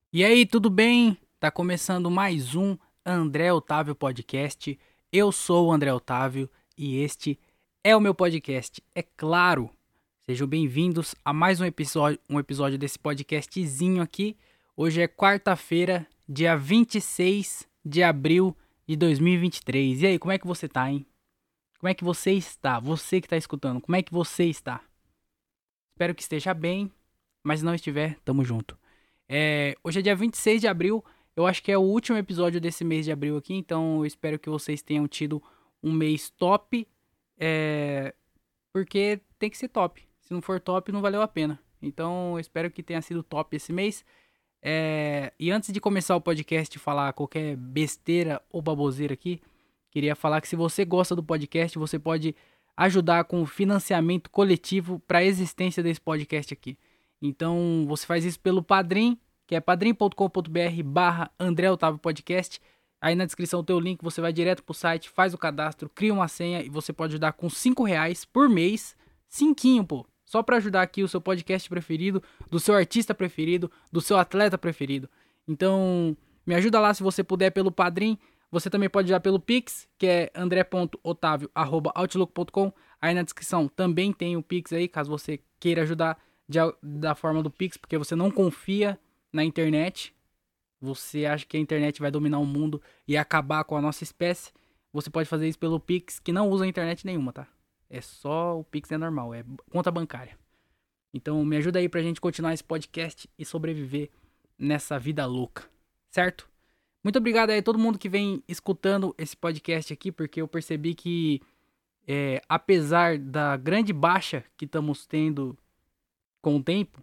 E aí, tudo bem? Tá começando mais um André Otávio Podcast. Eu sou o André Otávio e este é o meu podcast. É claro. Sejam bem-vindos a mais um episódio desse podcastzinho aqui. Hoje é quarta-feira, dia 26 de abril de 2023. E aí, como é que você tá, hein? Como é que você está? Você que tá escutando, como é que você está? Espero que esteja bem, mas se não estiver, tamo junto. Hoje é dia 26 de abril, eu acho que é o último episódio desse mês de abril aqui, então eu espero que vocês tenham tido um mês top, é, porque tem que ser top. Se não for top, não valeu a pena. Então eu espero que tenha sido top esse mês. E antes de começar o podcast e falar qualquer besteira ou baboseira aqui, queria falar que se você gosta do podcast, você pode ajudar com o financiamento coletivo para a existência desse podcast aqui. Então você faz isso pelo Padrim, que é padrim.com.br/barra André Otávio Podcast. Aí na descrição tem o link, você vai direto pro site, faz o cadastro, cria uma senha e você pode ajudar com R$ 5 por mês. Cinquinho, pô. Só para ajudar aqui o seu podcast preferido, do seu artista preferido, do seu atleta preferido. Então, me ajuda lá se você puder pelo Padrim. Você também pode ajudar pelo Pix, que é andré.otavio@outlook.com. Aí na descrição também tem o Pix aí, caso você queira ajudar da forma do Pix, porque você não confia na internet. Você acha que a internet vai dominar o mundo e acabar com a nossa espécie. Você pode fazer isso pelo Pix, que não usa internet nenhuma, tá? É só o Pix, é normal, é conta bancária. Então me ajuda aí pra gente continuar esse podcast e sobreviver nessa vida louca, certo? Muito obrigado aí a todo mundo que vem escutando esse podcast aqui, porque eu percebi que, apesar da grande baixa que estamos tendo com o tempo,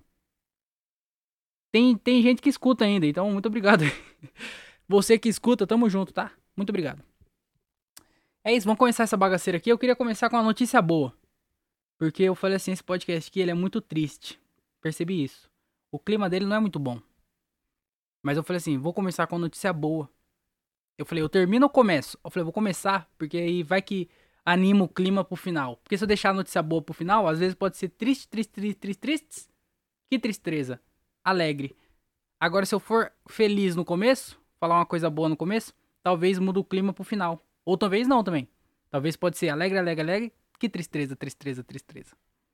tem gente que escuta ainda, então muito obrigado. Você que escuta, tamo junto, tá? Muito obrigado. É isso, vamos começar essa bagaceira aqui. Eu queria começar com uma notícia boa. Porque eu falei assim, esse podcast aqui, ele é muito triste. Percebi isso. O clima dele não é muito bom. Mas eu falei assim, vou começar com uma notícia boa. Eu falei, eu termino ou começo? Eu falei, vou começar, porque aí vai que anima o clima pro final. Porque se eu deixar a notícia boa pro final, às vezes pode ser triste, triste, triste, triste, triste. Que tristeza. Alegre. Agora, se eu for feliz no começo, falar uma coisa boa no começo, talvez mude o clima pro final. Ou talvez não também. Talvez pode ser alegre, alegre, alegre. Que tristeza, tristeza, tristeza.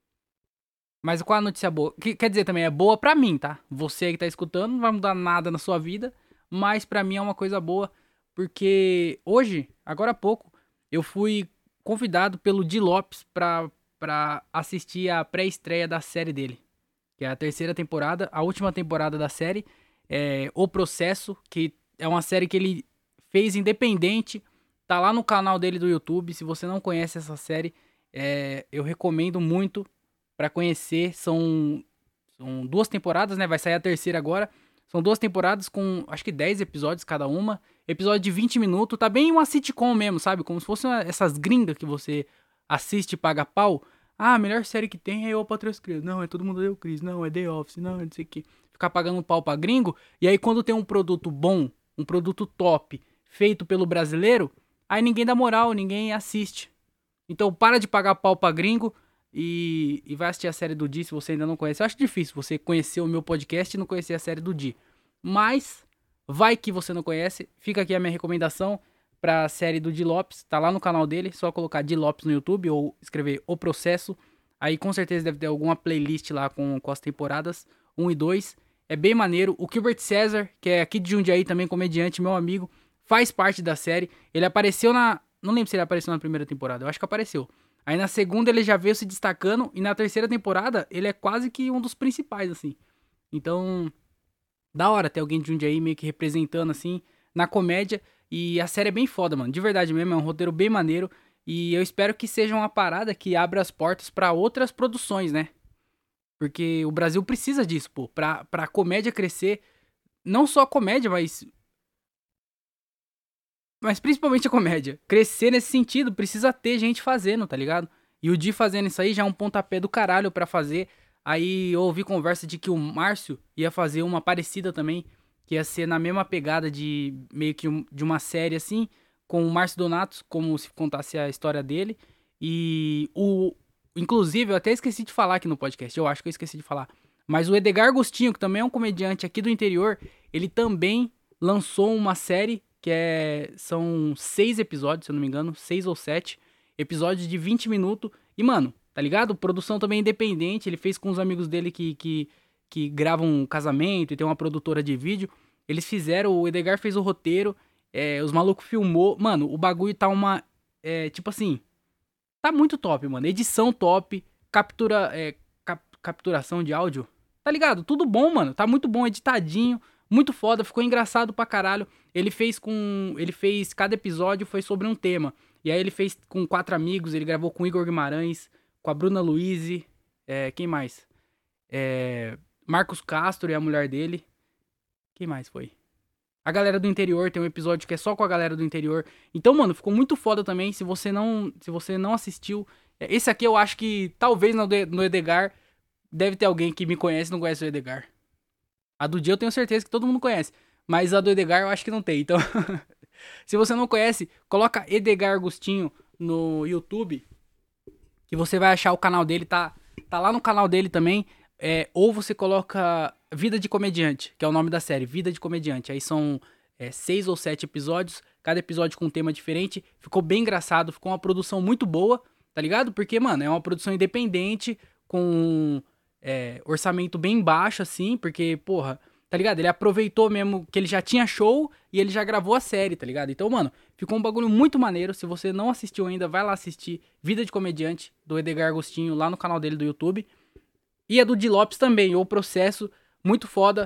Mas qual a notícia boa? Quer dizer também, é boa pra mim, tá? Você que tá escutando, não vai mudar nada na sua vida. Mas pra mim é uma coisa boa. Porque hoje, agora há pouco, eu fui convidado pelo Di Lopes pra assistir a pré-estreia da série dele. Que é a terceira temporada, a última temporada da série. O Processo, que é uma série que ele fez independente. Tá lá no canal dele do YouTube. Se você não conhece essa série, eu recomendo muito pra conhecer. São duas temporadas, né? Vai sair a terceira agora. São duas temporadas com acho que 10 episódios cada uma. Episódio de 20 minutos. Tá bem uma sitcom mesmo, sabe? Como se fosse essas gringas que você assiste e paga pau. Ah, a melhor série que tem é Eu, Patroa e as Crianças. Não, é Todo Mundo Odeia o Chris. Não, é The Office. Não, é não sei o que. Ficar pagando pau pra gringo. E aí quando tem um produto bom, um produto top, feito pelo brasileiro, aí ninguém dá moral, ninguém assiste. Então para de pagar pau pra gringo e vai assistir a série do Di se você ainda não conhece. Eu acho difícil você conhecer o meu podcast e não conhecer a série do Di. Mas vai que você não conhece. Fica aqui a minha recomendação pra série do Di Lopes. Tá lá no canal dele. Só colocar Di Lopes no YouTube ou escrever O Processo. Aí com certeza deve ter alguma playlist lá com as temporadas 1 e 2. É bem maneiro. O Gilbert César, que é aqui de Jundiaí também, comediante, meu amigo, faz parte da série. Ele apareceu na... Não lembro se ele apareceu na primeira temporada. Eu acho que apareceu. Aí na segunda ele já veio se destacando. E na terceira temporada ele é quase que um dos principais, assim. Então, da hora ter alguém de Jundiaí meio que representando, assim, na comédia. E a série é bem foda, mano. De verdade mesmo, é um roteiro bem maneiro. E eu espero que seja uma parada que abra as portas pra outras produções, né? Porque o Brasil precisa disso, pô. Pra comédia crescer. Não só a comédia, mas principalmente a comédia. Crescer nesse sentido, precisa ter gente fazendo, tá ligado? E o Di fazendo isso aí já é um pontapé do caralho pra fazer. Aí eu ouvi conversa de que o Márcio ia fazer uma parecida também, que ia ser na mesma pegada de meio que de uma série assim, com o Márcio Donato, como se contasse a história dele. E o. Inclusive, eu até esqueci de falar aqui no podcast, eu acho que eu esqueci de falar. Mas o Edgar Agostinho, que também é um comediante aqui do interior, ele também lançou uma série que são 6 episódios, se eu não me engano, 6 ou 7 episódios de 20 minutos. E, mano, tá ligado? Produção também independente, ele fez com os amigos dele que gravam um casamento e tem uma produtora de vídeo. Eles fizeram, o Edgar fez o roteiro, os malucos filmou. Mano, o bagulho tá tipo assim, tá muito top, mano. Edição top, capturação de áudio. Tá ligado? Tudo bom, mano. Tá muito bom, editadinho, muito foda, ficou engraçado pra caralho. Ele fez cada episódio foi sobre um tema. E aí ele fez com 4 amigos, ele gravou com o Igor Guimarães, com a Bruna Luiz, quem mais? Marcos Castro e a mulher dele. Quem mais foi? A galera do interior, tem um episódio que é só com a galera do interior. Então, mano, ficou muito foda também. Se você não assistiu, esse aqui eu acho que talvez no Edgar deve ter alguém que me conhece e não conhece o Edgar. A do dia eu tenho certeza que todo mundo conhece, mas a do Edgar eu acho que não tem. Então, se você não conhece, coloca Edgar Agostinho no YouTube, que você vai achar o canal dele, tá lá no canal dele também. Ou você coloca Vida de Comediante, que é o nome da série, Vida de Comediante. Aí são 6 ou 7 episódios, cada episódio com um tema diferente. Ficou bem engraçado, ficou uma produção muito boa, tá ligado? Porque, mano, é uma produção independente, com orçamento bem baixo, assim, porque, porra, tá ligado? Ele aproveitou mesmo que ele já tinha show e ele já gravou a série, tá ligado? Então, mano, ficou um bagulho muito maneiro. Se você não assistiu ainda, vai lá assistir Vida de Comediante, do Edgar Agostinho, lá no canal dele do YouTube. E a do Di Lopes também, O Processo, muito foda.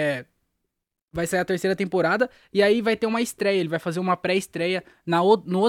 Vai sair a 3ª temporada. E aí vai ter uma estreia. Ele vai fazer uma pré-estreia. Na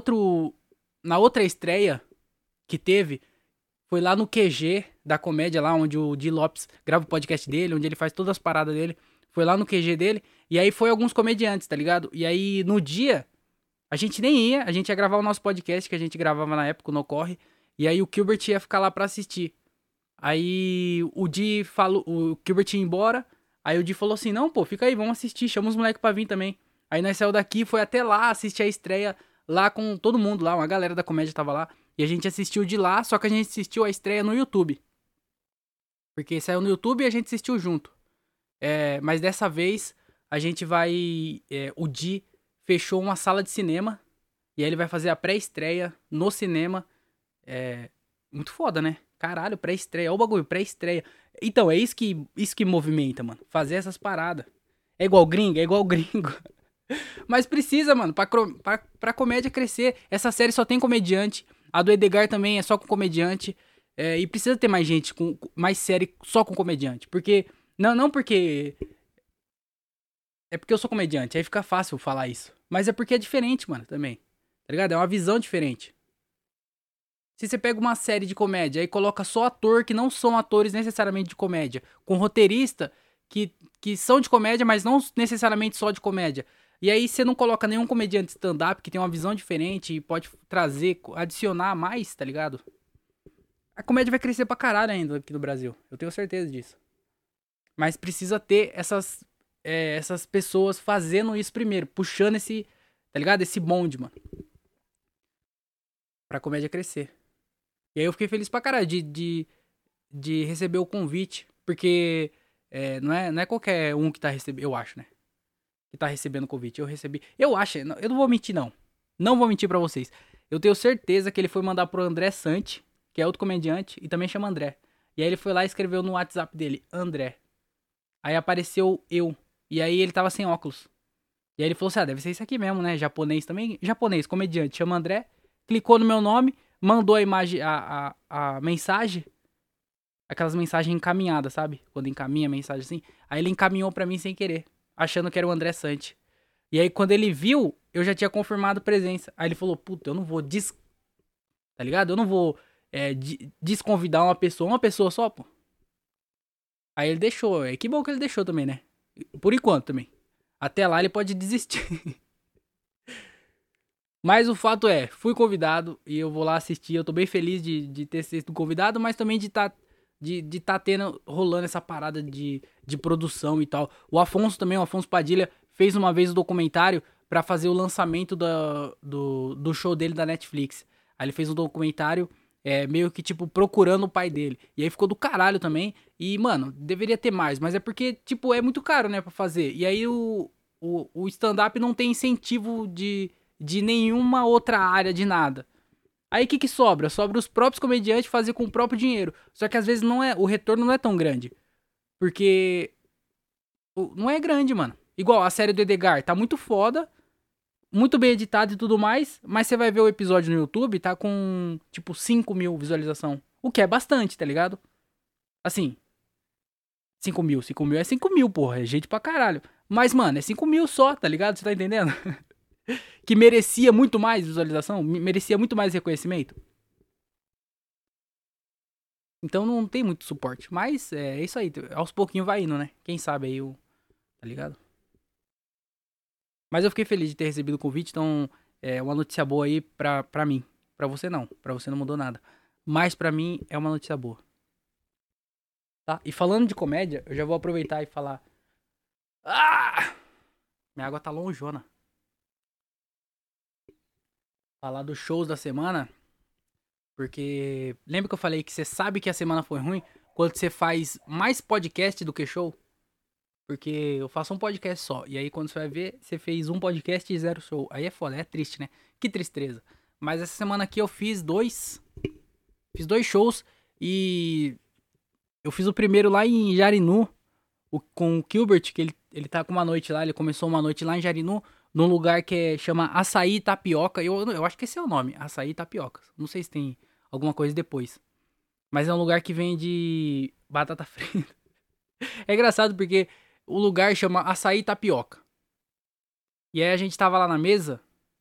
outra estreia que teve, foi lá no QG da comédia, lá onde o Di Lopes grava o podcast dele, onde ele faz todas as paradas dele. Foi lá no QG dele. E aí foi alguns comediantes, tá ligado? E aí no dia, a gente nem ia. A gente ia gravar o nosso podcast, que a gente gravava na época, no Corre. E aí o Gilbert ia ficar lá pra assistir. Aí o Di falou, o Gilbert ia embora. Aí o Di falou assim: não, pô, fica aí, vamos assistir, chama os moleques pra vir também. Aí nós saímos daqui, foi até lá assistir a estreia, lá com todo mundo lá, uma galera da comédia tava lá. E a gente assistiu de lá, só que a gente assistiu a estreia no YouTube. Porque saiu no YouTube e a gente assistiu junto. Mas dessa vez a gente vai. O Di fechou uma sala de cinema. E aí ele vai fazer a pré-estreia no cinema. Muito foda, né? Caralho, pré-estreia. Olha o bagulho, pré-estreia. Então, é isso que movimenta, mano. Fazer essas paradas. É igual gringo. Mas precisa, mano, pra comédia crescer. Essa série só tem comediante. A do Edgar também é só com comediante. E precisa ter mais gente, mais série só com comediante. Porque. Não porque. É porque eu sou comediante. Aí fica fácil falar isso. Mas é porque é diferente, mano, também. Tá ligado? É uma visão diferente. Se você pega uma série de comédia e coloca só ator que não são atores necessariamente de comédia, com roteirista que são de comédia, mas não necessariamente só de comédia. E aí você não coloca nenhum comediante stand-up que tem uma visão diferente e pode adicionar mais, tá ligado? A comédia vai crescer pra caralho ainda aqui no Brasil. Eu tenho certeza disso. Mas precisa ter essas pessoas fazendo isso primeiro, puxando esse, tá ligado? Esse bonde, mano. Pra comédia crescer. E aí eu fiquei feliz pra caralho de receber o convite. Porque não é qualquer um que tá recebendo, eu acho, né? Que tá recebendo o convite. Eu recebi. Eu acho, eu não vou mentir, não. Não vou mentir pra vocês. Eu tenho certeza que ele foi mandar pro André Sante, que é outro comediante, e também chama André. E aí ele foi lá e escreveu no WhatsApp dele, André. Aí apareceu eu. E aí ele tava sem óculos. E aí ele falou assim, deve ser isso aqui mesmo, né? Japonês também. Japonês, comediante, chama André. Clicou no meu nome, mandou a imagem, a mensagem. Aquelas mensagens encaminhadas, sabe? Quando encaminha a mensagem assim. Aí ele encaminhou pra mim sem querer, achando que era o André Sante. E aí quando ele viu, eu já tinha confirmado presença. Aí ele falou, puta, eu não vou tá ligado? Eu não vou desconvidar uma pessoa só, pô. Aí ele deixou. Que bom que ele deixou também, né? Por enquanto também. Até lá ele pode desistir. Mas o fato fui convidado e eu vou lá assistir. Eu tô bem feliz de ter sido convidado, mas também de tá rolando essa parada de produção e tal. O Afonso Padilha, fez uma vez o documentário pra fazer o lançamento do show dele da Netflix. Aí ele fez um documentário meio que, tipo, procurando o pai dele. E aí ficou do caralho também. E, mano, deveria ter mais, mas é porque, tipo, é muito caro, né, pra fazer. E aí o stand-up não tem incentivo de nenhuma outra área de nada. Aí o que que sobra? Sobra os próprios comediantes fazer com o próprio dinheiro. Só que às vezes não é, o retorno não é tão grande. Porque não é grande, mano. Igual a série do Edgar, tá muito foda, muito bem editado e tudo mais, mas você vai ver o episódio no YouTube, tá com, tipo, 5 mil visualização. O que é bastante, tá ligado? Assim, 5 mil é 5 mil, porra, é gente pra caralho. Mas, mano, é 5 mil só, tá ligado? Você tá entendendo? Que merecia muito mais visualização, merecia muito mais reconhecimento. Então não tem muito suporte. Mas é isso aí, aos pouquinhos vai indo, né? Quem sabe aí o. Tá ligado? Mas eu fiquei feliz de ter recebido o convite, então é uma notícia boa aí pra mim. Pra você não, pra você não mudou nada. Mas pra mim é uma notícia boa. Tá? E falando de comédia, eu já vou aproveitar e falar. Ah! Minha água tá longeona. Falar dos shows da semana. Porque lembra que eu falei que você sabe que a semana foi ruim quando você faz mais podcast do que show? Porque eu faço um podcast só. E aí quando você vai ver, você fez um podcast e 0 show. Aí é foda, é triste, né? Que tristeza. Mas essa semana aqui eu fiz dois. Fiz dois shows. E eu fiz o primeiro lá em Jarinu. Com o Gilbert, que ele tá com uma noite lá. Ele começou uma noite lá em Jarinu. Num lugar que chama Açaí Tapioca. Eu acho que esse é o nome. Açaí Tapioca. Não sei se tem alguma coisa depois. Mas é um lugar que vende batata frita. É engraçado porque o lugar chama Açaí Tapioca. E aí a gente tava lá na mesa.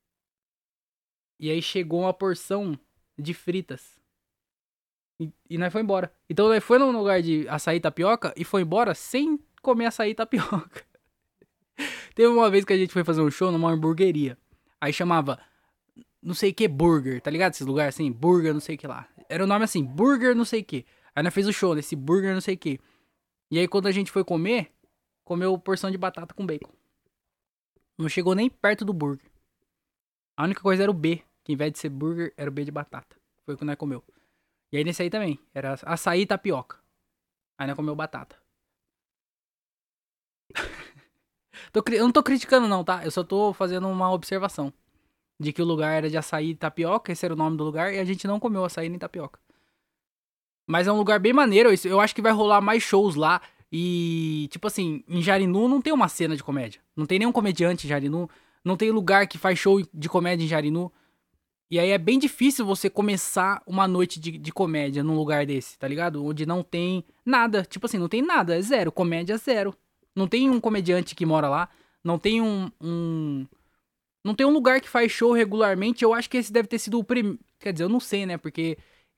E aí chegou uma porção de fritas. E nós foi embora. Então nós foi num lugar de açaí tapioca e foi embora sem comer açaí tapioca. Teve uma vez que a gente foi fazer um show numa hamburgueria. Aí chamava não sei que burger, tá ligado? Esses lugares assim, burger não sei que lá. Era o nome assim, burger não sei que. Aí nós fez o show nesse burger não sei que. E aí quando a gente foi comer, comeu porção de batata com bacon. Não chegou nem perto do burger. A única coisa era o B, que em vez de ser burger, era o B de batata. Foi o que nós comeu. E aí nesse aí também, era açaí e tapioca. Aí nós comeu batata. Eu não tô criticando não, tá? Eu só tô fazendo uma observação. De que o lugar era de açaí e tapioca, esse era o nome do lugar, e a gente não comeu açaí nem tapioca. Mas é um lugar bem maneiro, eu acho que vai rolar mais shows lá. E, tipo assim, em Jarinu não tem uma cena de comédia. Não tem nenhum comediante em Jarinu. Não tem lugar que faz show de comédia em Jarinu. E aí é bem difícil você começar uma noite de comédia num lugar desse, tá ligado? Onde não tem nada. Tipo assim, não tem nada, é zero. Comédia zero. Não tem um comediante que mora lá. Não tem não tem um lugar que faz show regularmente. Eu acho que esse deve ter sido o primeiro. Quer dizer, eu não sei, né? Porque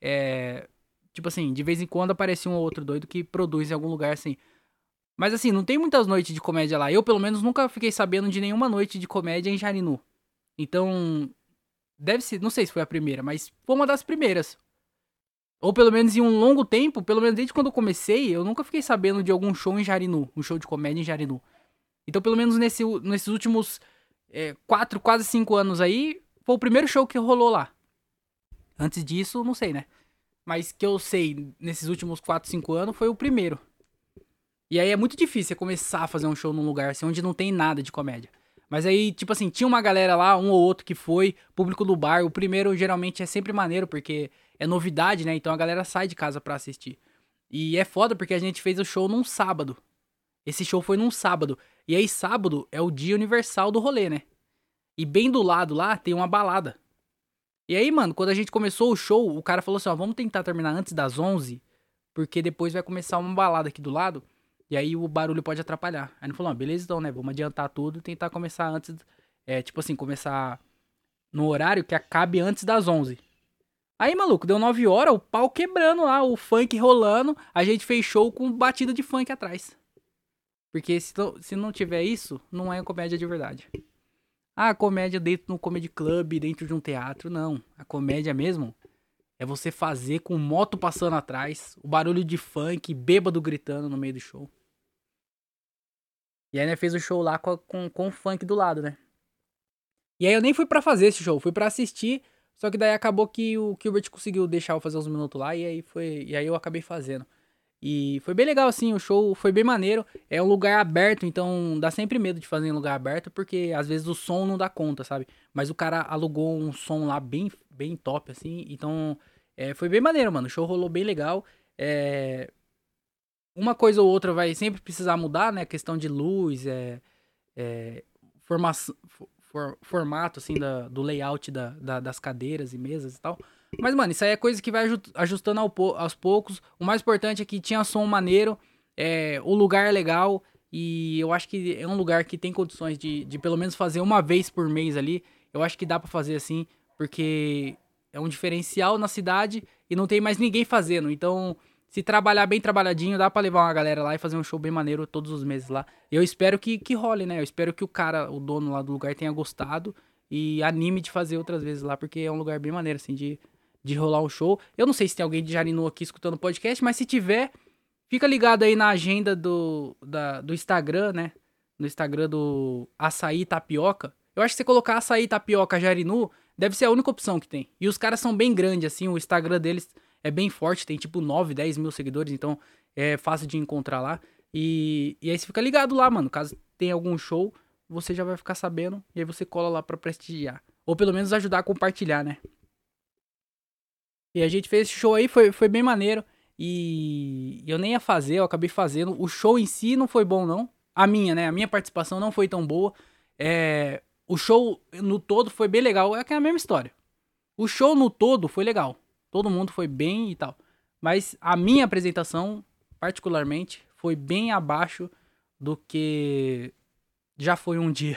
tipo assim, de vez em quando aparece um ou outro doido que produz em algum lugar assim. Mas assim, não tem muitas noites de comédia lá. Eu, pelo menos, nunca fiquei sabendo de nenhuma noite de comédia em Jarinu. Então, deve ser, não sei se foi a primeira, mas foi uma das primeiras. Ou pelo menos em um longo tempo, pelo menos desde quando eu comecei, eu nunca fiquei sabendo de algum show em Jarinu, um show de comédia em Jarinu. Então, pelo menos nesses últimos 4, quase 5 anos aí, foi o primeiro show que rolou lá. Antes disso, não sei, né? Mas que eu sei, nesses últimos 4, 5 anos, foi o primeiro. E aí é muito difícil você começar a fazer um show num lugar assim, onde não tem nada de comédia. Mas aí, tipo assim, tinha uma galera lá, um ou outro que foi, público do bar. O primeiro geralmente é sempre maneiro, porque é novidade, né? Então a galera sai de casa pra assistir. E é foda porque a gente fez o show num sábado. Esse show foi num sábado. E aí, sábado é o dia universal do rolê, né? E bem do lado lá tem uma balada. E aí, mano, quando a gente começou o show, o cara falou assim: ó, vamos tentar terminar antes das 11, porque depois vai começar uma balada aqui do lado. E aí o barulho pode atrapalhar. Aí ele falou: ah, beleza, então, né? Vamos adiantar tudo e tentar começar antes. Tipo assim, começar no horário que acabe antes das 11. Aí, maluco, deu 9 horas, o pau quebrando lá, o funk rolando. A gente fez show com batida de funk atrás. Porque se não tiver isso, não é comédia de verdade. Ah, comédia dentro de um comedy club, dentro de um teatro. Não. A comédia mesmo é você fazer com moto passando atrás, o barulho de funk, bêbado gritando no meio do show. E aí, né, fez o show lá com o funk do lado, né? E aí eu nem fui pra fazer esse show, fui pra assistir, Só que daí acabou que o Gilbert conseguiu deixar eu fazer uns minutos lá e aí eu acabei fazendo. E foi bem legal, assim, o show foi bem maneiro. É um lugar aberto, então dá sempre medo de fazer em lugar aberto, porque às vezes o som não dá conta, sabe? Mas o cara alugou um som lá bem top, assim, então foi bem maneiro, mano. O show rolou bem legal. É, uma coisa ou outra vai sempre precisar mudar, né? Questão de luz, formação, formato, assim, do layout das cadeiras e mesas e tal. Mas, mano, isso aí é coisa que vai ajustando aos poucos. O mais importante é que tinha som maneiro, o lugar é legal, e eu acho que é um lugar que tem condições de pelo menos fazer uma vez por mês ali. Eu acho que dá pra fazer assim, porque é um diferencial na cidade e não tem mais ninguém fazendo. Então, se trabalhar bem trabalhadinho, dá pra levar uma galera lá e fazer um show bem maneiro todos os meses lá. Eu espero que role, né? Eu espero que o dono lá do lugar tenha gostado e anime de fazer outras vezes lá, porque é um lugar bem maneiro, assim, de rolar um show. Eu não sei se tem alguém de Jarinu aqui escutando o podcast, mas se tiver, fica ligado aí na agenda do Instagram, né? No Instagram do Açaí Tapioca. Eu acho que você colocar Açaí Tapioca Jarinu, deve ser a única opção que tem. E os caras são bem grandes, assim, o Instagram deles é bem forte, tem tipo 9, 10 mil seguidores, então é fácil de encontrar lá. E aí você fica ligado lá, mano. Caso tenha algum show, você já vai ficar sabendo e aí você cola lá pra prestigiar. Ou pelo menos ajudar a compartilhar, né? E a gente fez esse show aí, foi bem maneiro. E eu nem ia fazer, eu acabei fazendo. O show em si não foi bom, não. A minha, né? A minha participação não foi tão boa. O show no todo foi bem legal. É que é a mesma história. O show no todo foi legal. Todo mundo foi bem e tal. Mas a minha apresentação, particularmente, foi bem abaixo do que já foi um dia.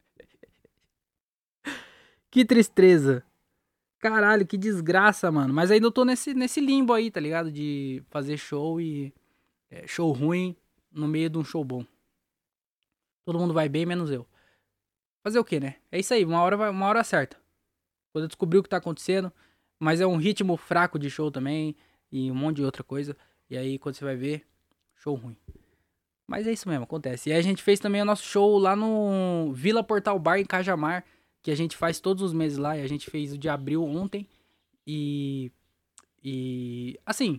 Que tristeza. Caralho, que desgraça, mano. Mas ainda eu tô nesse limbo aí, tá ligado? De fazer show e show ruim no meio de um show bom. Todo mundo vai bem, menos eu. Fazer o quê, né? É isso aí, uma hora certa. Quando eu descobrir o que tá acontecendo, mas é um ritmo fraco de show também e um monte de outra coisa. E aí, quando você vai ver, show ruim. Mas é isso mesmo, acontece. E aí a gente fez também o nosso show lá no Vila Portal Bar em Cajamar, que a gente faz todos os meses lá. E a gente fez o de abril ontem. Assim,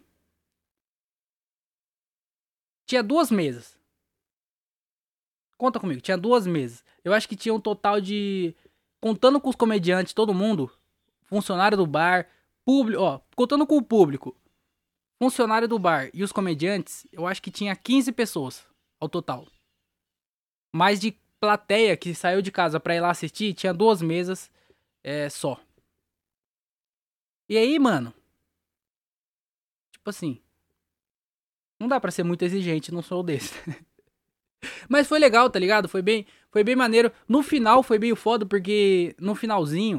tinha 2 mesas. Conta comigo, tinha 2 mesas. Eu acho que tinha um total de. Contando com os comediantes, todo mundo, funcionário do bar, público, ó, contando com o público, funcionário do bar e os comediantes, eu acho que tinha 15 pessoas ao total. Mais de plateia que saiu de casa pra ir lá assistir, tinha 2 mesas só. E aí, mano, tipo assim, não dá pra ser muito exigente num show desse. Mas foi legal, tá ligado? Foi bem maneiro. No final foi meio foda, porque no finalzinho,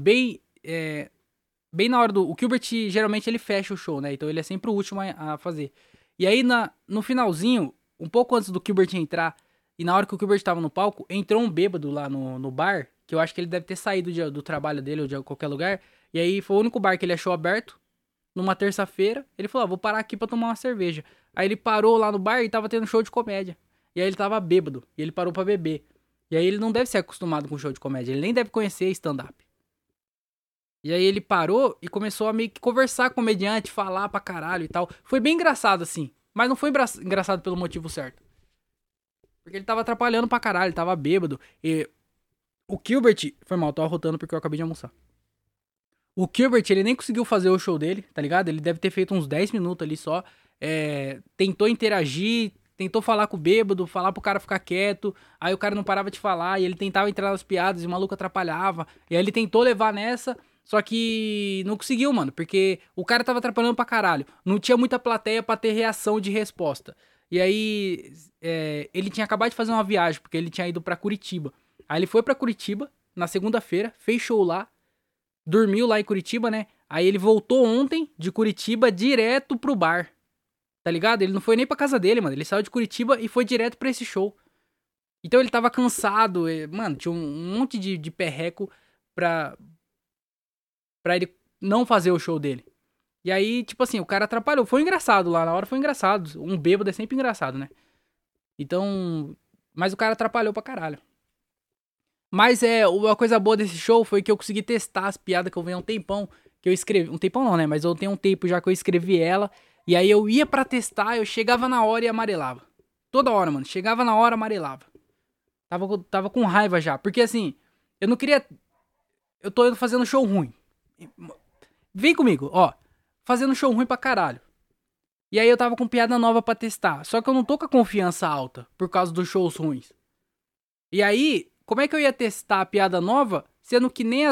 bem na hora do. O Gilbert geralmente ele fecha o show, né? Então ele é sempre o último a fazer. E aí no finalzinho, um pouco antes do Gilbert entrar, e na hora que o Gilbert tava no palco, entrou um bêbado lá no bar, que eu acho que ele deve ter saído do trabalho dele ou de qualquer lugar. E aí foi o único bar que ele achou aberto. Numa terça-feira, ele falou: vou parar aqui pra tomar uma cerveja. Aí ele parou lá no bar e tava tendo show de comédia. E aí ele tava bêbado. E ele parou pra beber. E aí ele não deve ser acostumado com show de comédia. Ele nem deve conhecer stand-up. E aí ele parou e começou a meio que conversar com o comediante, falar pra caralho e tal. Foi bem engraçado, assim. Mas não foi engraçado pelo motivo certo. Porque ele tava atrapalhando pra caralho, ele tava bêbado. E o Gilbert. Foi mal, tô arrotando porque eu acabei de almoçar. O Gilbert, ele nem conseguiu fazer o show dele, tá ligado? Ele deve ter feito uns 10 minutos ali só. Tentou interagir, tentou falar com o bêbado, falar pro cara ficar quieto. Aí o cara não parava de falar e ele tentava entrar nas piadas e o maluco atrapalhava. E aí ele tentou levar nessa, só que não conseguiu, mano. Porque o cara tava atrapalhando pra caralho. Não tinha muita plateia pra ter reação de resposta. E aí ele tinha acabado de fazer uma viagem, porque ele tinha ido pra Curitiba. Aí ele foi pra Curitiba na segunda-feira, fez show lá. Dormiu lá em Curitiba, né? Aí ele voltou ontem de Curitiba direto pro bar. Tá ligado? Ele não foi nem pra casa dele, mano. Ele saiu de Curitiba e foi direto pra esse show. Então ele tava cansado. Mano, tinha um monte de perreco pra ele não fazer o show dele. E aí, tipo assim, o cara atrapalhou. Foi engraçado lá, na hora foi engraçado. Um bêbado é sempre engraçado, né? Então. Mas o cara atrapalhou pra caralho. Mas uma coisa boa desse show foi que eu consegui testar as piadas que eu venho há um tempão. Que eu escrevi. Um tempão não, né? Mas eu tenho um tempo já que eu escrevi ela. E aí eu ia pra testar, eu chegava na hora e amarelava. Toda hora, mano. Chegava na hora, amarelava. Tava com raiva já. Porque assim, eu não queria. Eu tô fazendo show ruim. Vem comigo, ó. Fazendo show ruim pra caralho. E aí eu tava com piada nova pra testar. Só que eu não tô com a confiança alta por causa dos shows ruins. E aí, como é que eu ia testar a piada nova, sendo que nem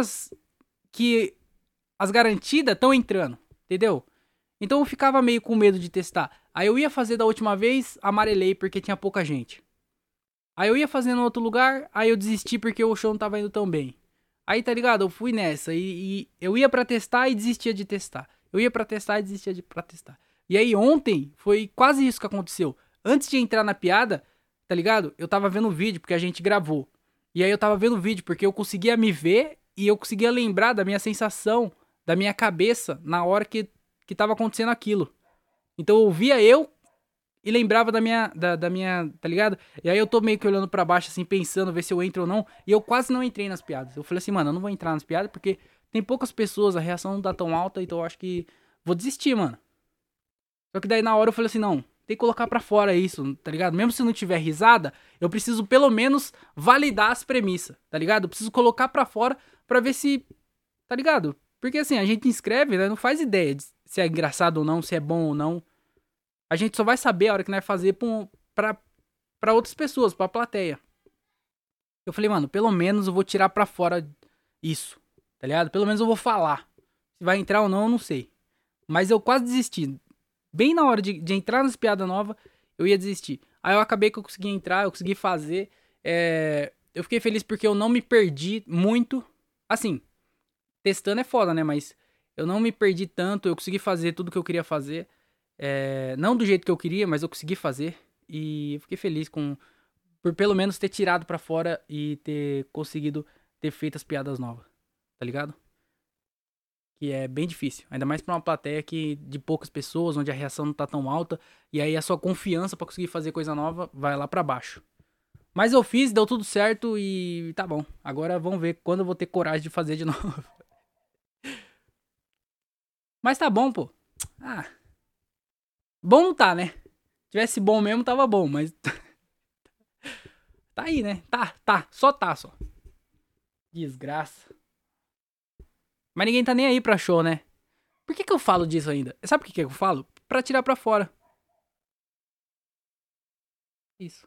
as garantidas estão entrando, entendeu? Então eu ficava meio com medo de testar. Aí eu ia fazer da última vez, amarelei porque tinha pouca gente. Aí eu ia fazer no outro lugar, aí eu desisti porque o show não tava indo tão bem. Aí, tá ligado? Eu fui nessa e eu ia pra testar e desistia de testar. Eu ia pra testar e desistia pra testar. E aí ontem foi quase isso que aconteceu. Antes de entrar na piada, tá ligado? Eu tava vendo o vídeo porque a gente gravou. E aí eu tava vendo o vídeo porque eu conseguia me ver e eu conseguia lembrar da minha sensação, da minha cabeça na hora que tava acontecendo aquilo. Então eu via eu e lembrava da minha, tá ligado? E aí eu tô meio que olhando pra baixo, assim, pensando, ver se eu entro ou não. E eu quase não entrei nas piadas. Eu falei assim, mano, eu não vou entrar nas piadas porque tem poucas pessoas, a reação não tá tão alta, então eu acho que vou desistir, mano. Só que daí na hora eu falei assim, não, tem que colocar pra fora isso, tá ligado? Mesmo se não tiver risada, eu preciso pelo menos validar as premissas, tá ligado? Eu preciso colocar pra fora pra ver se, tá ligado? Porque assim, a gente inscreve, né? Não faz ideia de se é engraçado ou não, se é bom ou não. A gente só vai saber a hora que nós fazer pra outras pessoas, pra plateia. Eu falei, mano, pelo menos eu vou tirar pra fora isso, tá ligado? Pelo menos eu vou falar. Se vai entrar ou não, eu não sei. Mas eu quase desisti. Bem na hora de entrar nas piadas novas, eu ia desistir. Aí eu acabei que eu consegui entrar, eu consegui fazer. Eu fiquei feliz porque eu não me perdi muito. Assim, testando é foda, né? Mas eu não me perdi tanto, eu consegui fazer tudo que eu queria fazer. Não do jeito que eu queria, mas eu consegui fazer. E eu fiquei feliz por pelo menos ter tirado pra fora e ter conseguido ter feito as piadas novas. Tá ligado? Que é bem difícil. Ainda mais pra uma plateia de poucas pessoas, onde a reação não tá tão alta. E aí a sua confiança pra conseguir fazer coisa nova vai lá pra baixo. Mas eu fiz, deu tudo certo e tá bom. Agora vamos ver quando eu vou ter coragem de fazer de novo. Mas tá bom, pô. Ah, bom não tá, né? Se tivesse bom mesmo, tava bom, mas tá aí, né? Tá. Só tá, só. Desgraça. Mas ninguém tá nem aí pra show, né? Por que eu falo disso ainda? Sabe por que eu falo? Pra tirar pra fora. Isso.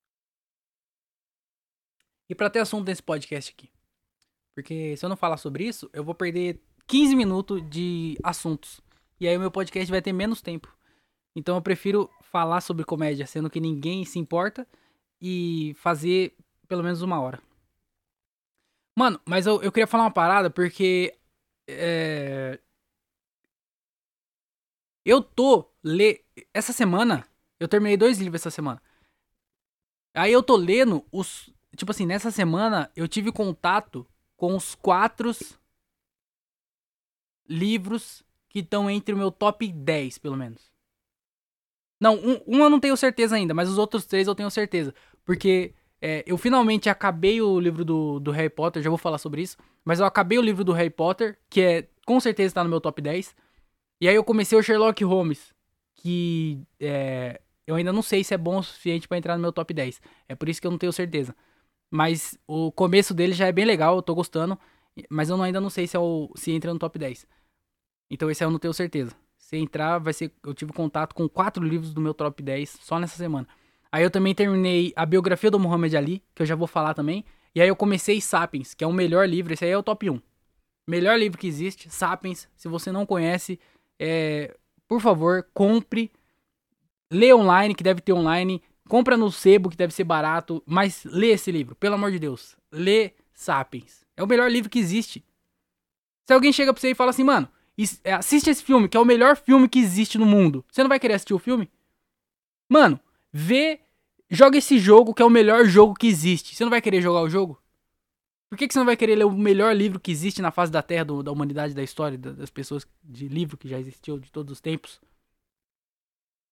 E pra ter assunto nesse podcast aqui. Porque se eu não falar sobre isso, eu vou perder 15 minutos de assuntos. E aí o meu podcast vai ter menos tempo. Então eu prefiro falar sobre comédia, sendo que ninguém se importa, e fazer pelo menos 1 hora. Mano, mas eu queria falar uma parada porque. Eu tô. Essa semana. Eu terminei 2 livros essa semana. Aí eu tô lendo os. Tipo assim, nessa semana eu tive contato com os 4 livros que estão entre o meu top 10, pelo menos. Não, um eu não tenho certeza ainda, mas os outros 3 eu tenho certeza. Porque eu finalmente acabei o livro do Harry Potter, já vou falar sobre isso. Mas eu acabei o livro do Harry Potter, que com certeza tá no meu top 10. E aí eu comecei o Sherlock Holmes, que eu ainda não sei se é bom o suficiente pra entrar no meu top 10. É por isso que eu não tenho certeza. Mas o começo dele já é bem legal, eu tô gostando. Mas eu ainda não sei se entra no top 10. Então esse aí eu não tenho certeza. Se entrar, vai ser. Eu tive contato com 4 livros do meu top 10 só nessa semana. Aí eu também terminei a biografia do Muhammad Ali, que eu já vou falar também. E aí eu comecei Sapiens, que é o melhor livro. Esse aí é o top 1. Melhor livro que existe, Sapiens. Se você não conhece, por favor, compre. Lê online, que deve ter online. Compra no sebo, que deve ser barato. Mas lê esse livro, pelo amor de Deus. Lê Sapiens. É o melhor livro que existe. Se alguém chega pra você e fala assim, mano, assiste esse filme, que é o melhor filme que existe no mundo. Você não vai querer assistir o filme? Mano, joga esse jogo, que é o melhor jogo que existe. Você não vai querer jogar o jogo? Por que você não vai querer ler o melhor livro que existe na face da Terra, da humanidade, da história, das pessoas, de livro que já existiu de todos os tempos?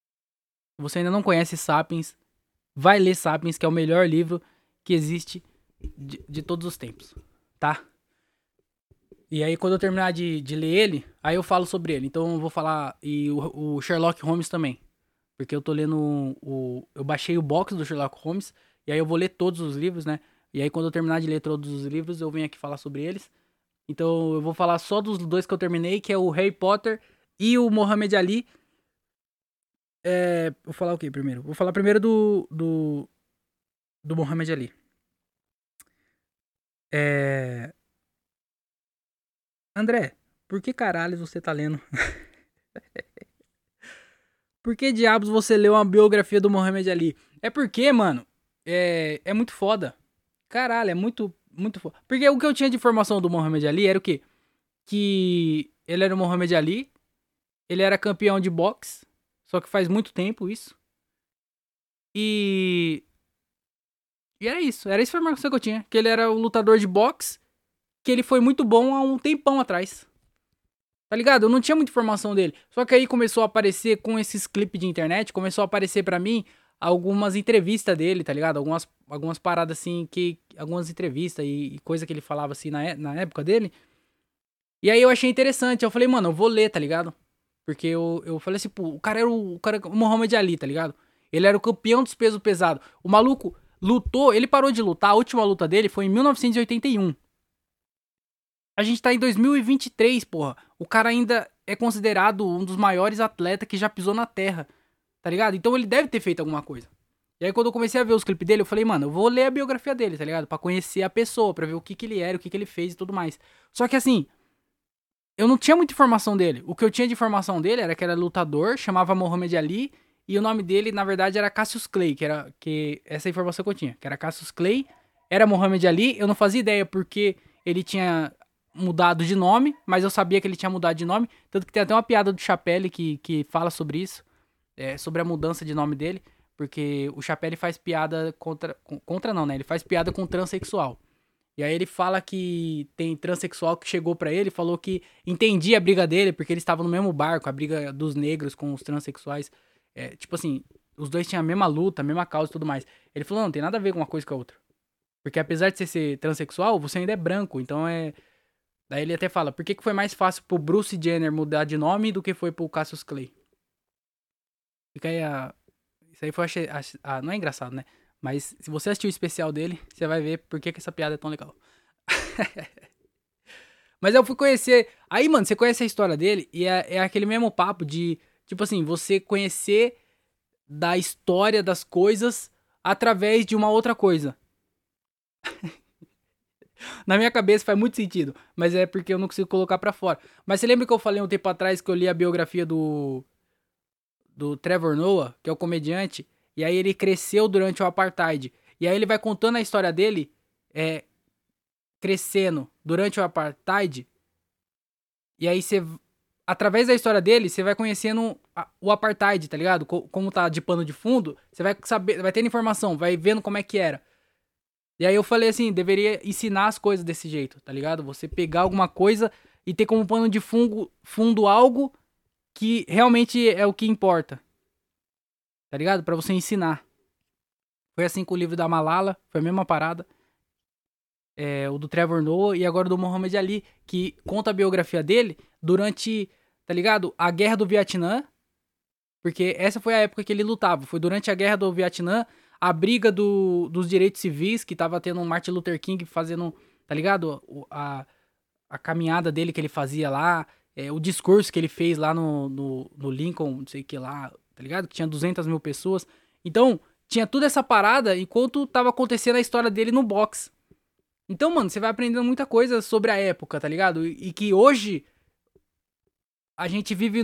Se você ainda não conhece Sapiens, vai ler Sapiens, que é o melhor livro que existe de todos os tempos, tá? E aí, quando eu terminar de ler ele, aí eu falo sobre ele. Então, eu vou falar. E o Sherlock Holmes também. Porque eu tô lendo eu baixei o box do Sherlock Holmes. E aí eu vou ler todos os livros, né? E aí, quando eu terminar de ler todos os livros, eu venho aqui falar sobre eles. Então, eu vou falar só dos dois que eu terminei, que é o Harry Potter e o Muhammad Ali. Vou falar o quê primeiro? Vou falar primeiro do Muhammad Ali. André, por que caralho você tá lendo? Por que diabos você leu uma biografia do Muhammad Ali? É porque, mano, é muito foda. Caralho, é muito, muito foda. Porque o que eu tinha de informação do Muhammad Ali era o quê? Que ele era o Muhammad Ali, ele era campeão de boxe, só que faz muito tempo isso. E era isso, era essa informação que eu tinha. Que ele era um lutador de boxe, que ele foi muito bom há um tempão atrás. Tá ligado? Eu não tinha muita informação dele. Só que aí começou a aparecer com esses clipes de internet, começou a aparecer pra mim algumas entrevistas dele, tá ligado? Algumas paradas assim, algumas entrevistas e coisa que ele falava assim na época dele. E aí eu achei interessante. Eu falei, mano, eu vou ler, tá ligado? Porque eu falei assim, pô, o cara era o Muhammad Ali, tá ligado? Ele era o campeão dos pesos pesados. O maluco lutou, ele parou de lutar, a última luta dele foi em 1981. A gente tá em 2023, porra. O cara ainda é considerado um dos maiores atletas que já pisou na Terra, tá ligado? Então ele deve ter feito alguma coisa. E aí quando eu comecei a ver os clipes dele, eu falei, mano, eu vou ler a biografia dele, tá ligado? Pra conhecer a pessoa, pra ver o que que ele era, o que que ele fez e tudo mais. Só que assim, eu não tinha muita informação dele. O que eu tinha de informação dele era que era lutador, chamava Muhammad Ali, e o nome dele, na verdade, era Cassius Clay, que essa informação que eu tinha, que era Cassius Clay, era Muhammad Ali, eu não fazia ideia porque ele tinha mudado de nome, mas eu sabia que ele tinha mudado de nome, tanto que tem até uma piada do Chapelle que fala sobre isso, sobre a mudança de nome dele, porque o Chapelle faz piada contra não, né? Ele faz piada com transexual. E aí ele fala que tem transexual que chegou pra ele e falou que entendia a briga dele, porque eles estavam no mesmo barco, a briga dos negros com os transexuais. Tipo assim, os dois tinham a mesma luta, a mesma causa e tudo mais. Ele falou, não tem nada a ver com uma coisa com a outra. Porque apesar de você ser transexual, você ainda é branco, então Daí ele até fala, por que foi mais fácil pro Bruce Jenner mudar de nome do que foi pro Cassius Clay? Fica aí Isso aí foi, não é engraçado, né? Mas se você assistir o especial dele, você vai ver por que essa piada é tão legal. Mas eu fui conhecer... Aí, mano, você conhece a história dele e é aquele mesmo papo de... Tipo assim, você conhecer da história das coisas através de uma outra coisa. Na minha cabeça faz muito sentido, mas é porque eu não consigo colocar pra fora. Mas você lembra que eu falei um tempo atrás que eu li a biografia do Trevor Noah, que é o comediante, e aí ele cresceu durante o Apartheid. E aí ele vai contando a história dele, crescendo durante o Apartheid, e aí você, através da história dele, você vai conhecendo o Apartheid, tá ligado? Como tá de pano de fundo, você vai saber, vai tendo informação, vai vendo como é que era. E aí eu falei assim, deveria ensinar as coisas desse jeito, tá ligado? Você pegar alguma coisa e ter como pano de fundo algo que realmente é o que importa. Tá ligado? Pra você ensinar. Foi assim com o livro da Malala, foi a mesma parada. O do Trevor Noah e agora do Muhammad Ali, que conta a biografia dele durante, tá ligado? A Guerra do Vietnã. Porque essa foi a época que ele lutava. Foi durante a Guerra do Vietnã, a briga dos direitos civis, que tava tendo um Martin Luther King fazendo, tá ligado? A caminhada dele que ele fazia lá, o discurso que ele fez lá no Lincoln, não sei o que lá, tá ligado? Que tinha 200 mil pessoas. Então, tinha toda essa parada enquanto tava acontecendo a história dele no box. Então, mano, você vai aprendendo muita coisa sobre a época, tá ligado? E que hoje a gente vive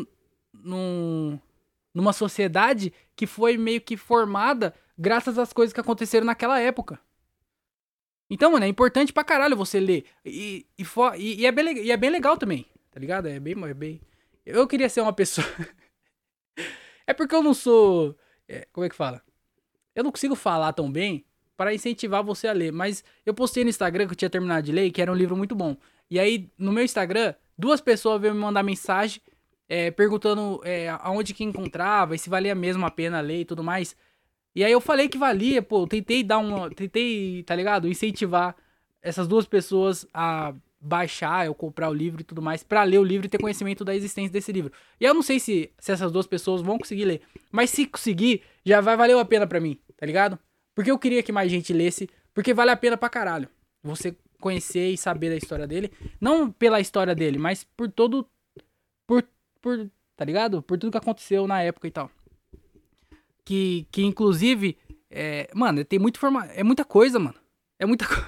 numa sociedade que foi meio que formada graças às coisas que aconteceram naquela época. Então, mano, é importante pra caralho você ler. E é bem legal também, tá ligado? É bem... Eu queria ser uma pessoa... É porque eu não sou... como é que fala? Eu não consigo falar tão bem para incentivar você a ler. Mas eu postei no Instagram que eu tinha terminado de ler e que era um livro muito bom. E aí, no meu Instagram, 2 pessoas veio me mandar mensagem perguntando aonde que encontrava e se valia mesmo a pena ler e tudo mais. E aí eu falei que valia, pô, eu tentei tentei, tá ligado? Incentivar essas duas pessoas a baixar, eu comprar o livro e tudo mais, pra ler o livro e ter conhecimento da existência desse livro. E eu não sei se essas duas pessoas vão conseguir ler, mas se conseguir, já vai valer a pena pra mim, tá ligado? Porque eu queria que mais gente lesse, porque vale a pena pra caralho. Você conhecer e saber da história dele, não pela história dele, mas por todo por tá ligado? Por tudo que aconteceu na época e tal. Que inclusive, mano, tem é muita coisa, mano. É muita coisa.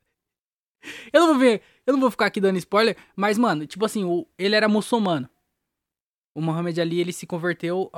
Eu não vou ficar aqui dando spoiler, mas, mano, tipo assim, ele era muçulmano. O Muhammad Ali, ele se converteu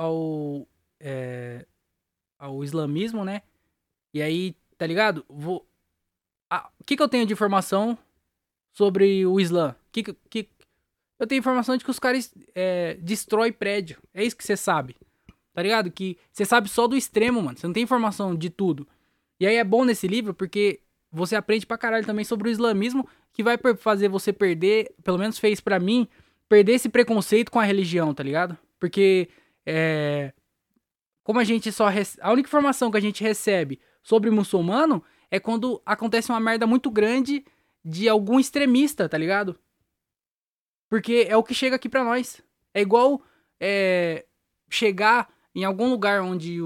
ao islamismo, né? E aí, tá ligado? O que eu tenho de informação sobre o Islã? Eu tenho informação de que os caras destrói prédio. É isso que você sabe. Tá ligado? Que você sabe só do extremo, mano. Você não tem informação de tudo. E aí é bom nesse livro porque você aprende pra caralho também sobre o islamismo, que vai fazer você perder, pelo menos fez pra mim, perder esse preconceito com a religião, tá ligado? Porque como a gente a única informação que a gente recebe sobre muçulmano é quando acontece uma merda muito grande de algum extremista, tá ligado? Porque é o que chega aqui pra nós. É igual chegar em algum lugar onde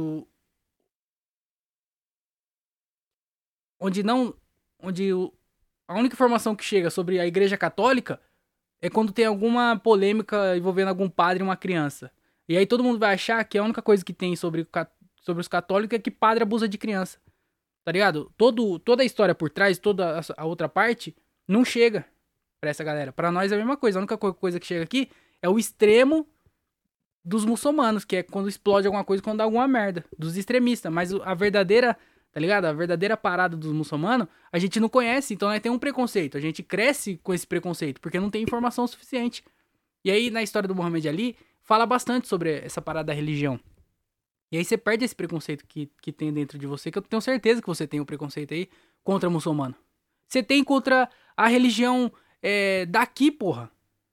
onde não onde a única informação que chega sobre a Igreja Católica é quando tem alguma polêmica envolvendo algum padre e uma criança. E aí todo mundo vai achar que a única coisa que tem sobre os católicos é que padre abusa de criança. Tá ligado? Toda a história por trás, toda a outra parte, não chega pra essa galera. Pra nós é a mesma coisa. A única coisa que chega aqui é o extremo dos muçulmanos, que é quando explode alguma coisa, quando dá alguma merda. Dos extremistas. Mas a verdadeira, tá ligado? A verdadeira parada dos muçulmanos, a gente não conhece, então nós tem um preconceito. A gente cresce com esse preconceito, porque não tem informação suficiente. E aí, na história do Muhammad Ali, fala bastante sobre essa parada da religião. E aí você perde esse preconceito que tem dentro de você, que eu tenho certeza que você tem um preconceito aí contra muçulmano. Você tem contra a religião daqui, porra.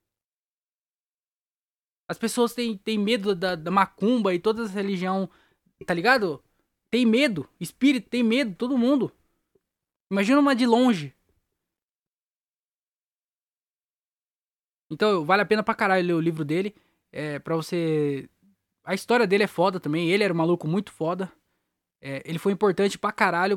As pessoas têm medo da macumba e toda essa religião, tá ligado? Tem medo, espírito tem medo, todo mundo. Imagina uma de longe. Então vale a pena pra caralho ler o livro dele, pra você... A história dele é foda também, ele era um maluco muito foda. Ele foi importante pra caralho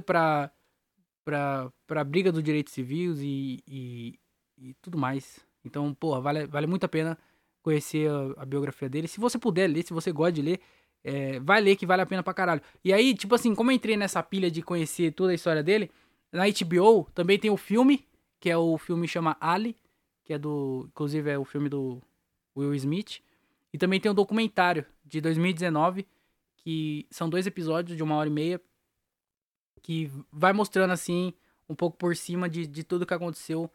pra briga dos direitos civis e tudo mais. Então, porra, vale muito a pena conhecer a biografia dele. Se você puder ler, se você gosta de ler, vai ler que vale a pena pra caralho. E aí, tipo assim, como eu entrei nessa pilha de conhecer toda a história dele, na HBO também tem o filme, que é o filme chama Ali, que inclusive é o filme do Will Smith. E também tem um documentário de 2019, que são 2 episódios de 1h30, que vai mostrando, assim, um pouco por cima de tudo que aconteceu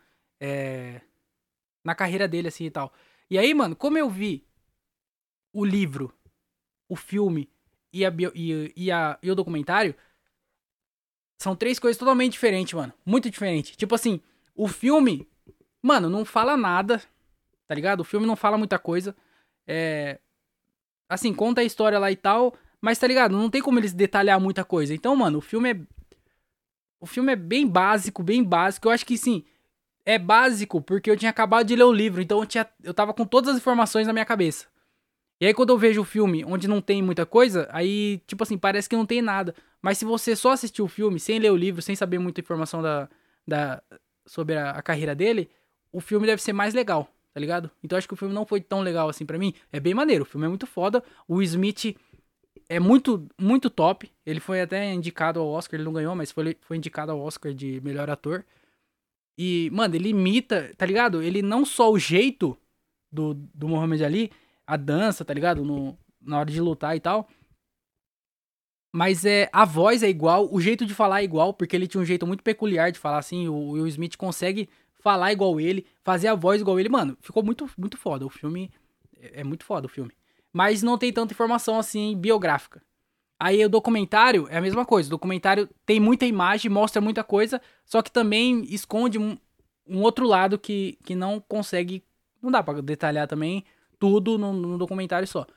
na carreira dele, assim, e tal. E aí, mano, como eu vi o livro, o filme e o documentário, são 3 coisas totalmente diferentes, mano. Muito diferentes. Tipo assim, o filme, mano, não fala nada, tá ligado? O filme não fala muita coisa. Assim, conta a história lá e tal, mas tá ligado? Não tem como eles detalhar muita coisa. Então, mano, o filme é bem básico, bem básico. Eu acho que sim, é básico porque eu tinha acabado de ler o livro, então eu tava com todas as informações na minha cabeça. E aí quando eu vejo o filme onde não tem muita coisa, aí, tipo assim, parece que não tem nada. Mas se você só assistir o filme, sem ler o livro, sem saber muita informação sobre a carreira dele, o filme deve ser mais legal, tá ligado? Então eu acho que o filme não foi tão legal assim pra mim. É bem maneiro, o filme é muito foda. O Smith é muito, muito top. Ele foi até indicado ao Oscar, ele não ganhou, mas foi indicado ao Oscar de melhor ator. E, mano, ele imita, tá ligado? Ele não só o jeito do Muhammad Ali, a dança, tá ligado? Na hora de lutar e tal. Mas a voz é igual, o jeito de falar é igual, porque ele tinha um jeito muito peculiar de falar assim. O Will Smith consegue falar igual ele, fazer a voz igual ele. Mano, ficou muito, muito foda. O filme é muito foda, o filme. Mas não tem tanta informação assim biográfica. Aí o documentário é a mesma coisa. O documentário tem muita imagem, mostra muita coisa, só que também esconde um outro lado que não consegue. Não dá pra detalhar também tudo no documentário só.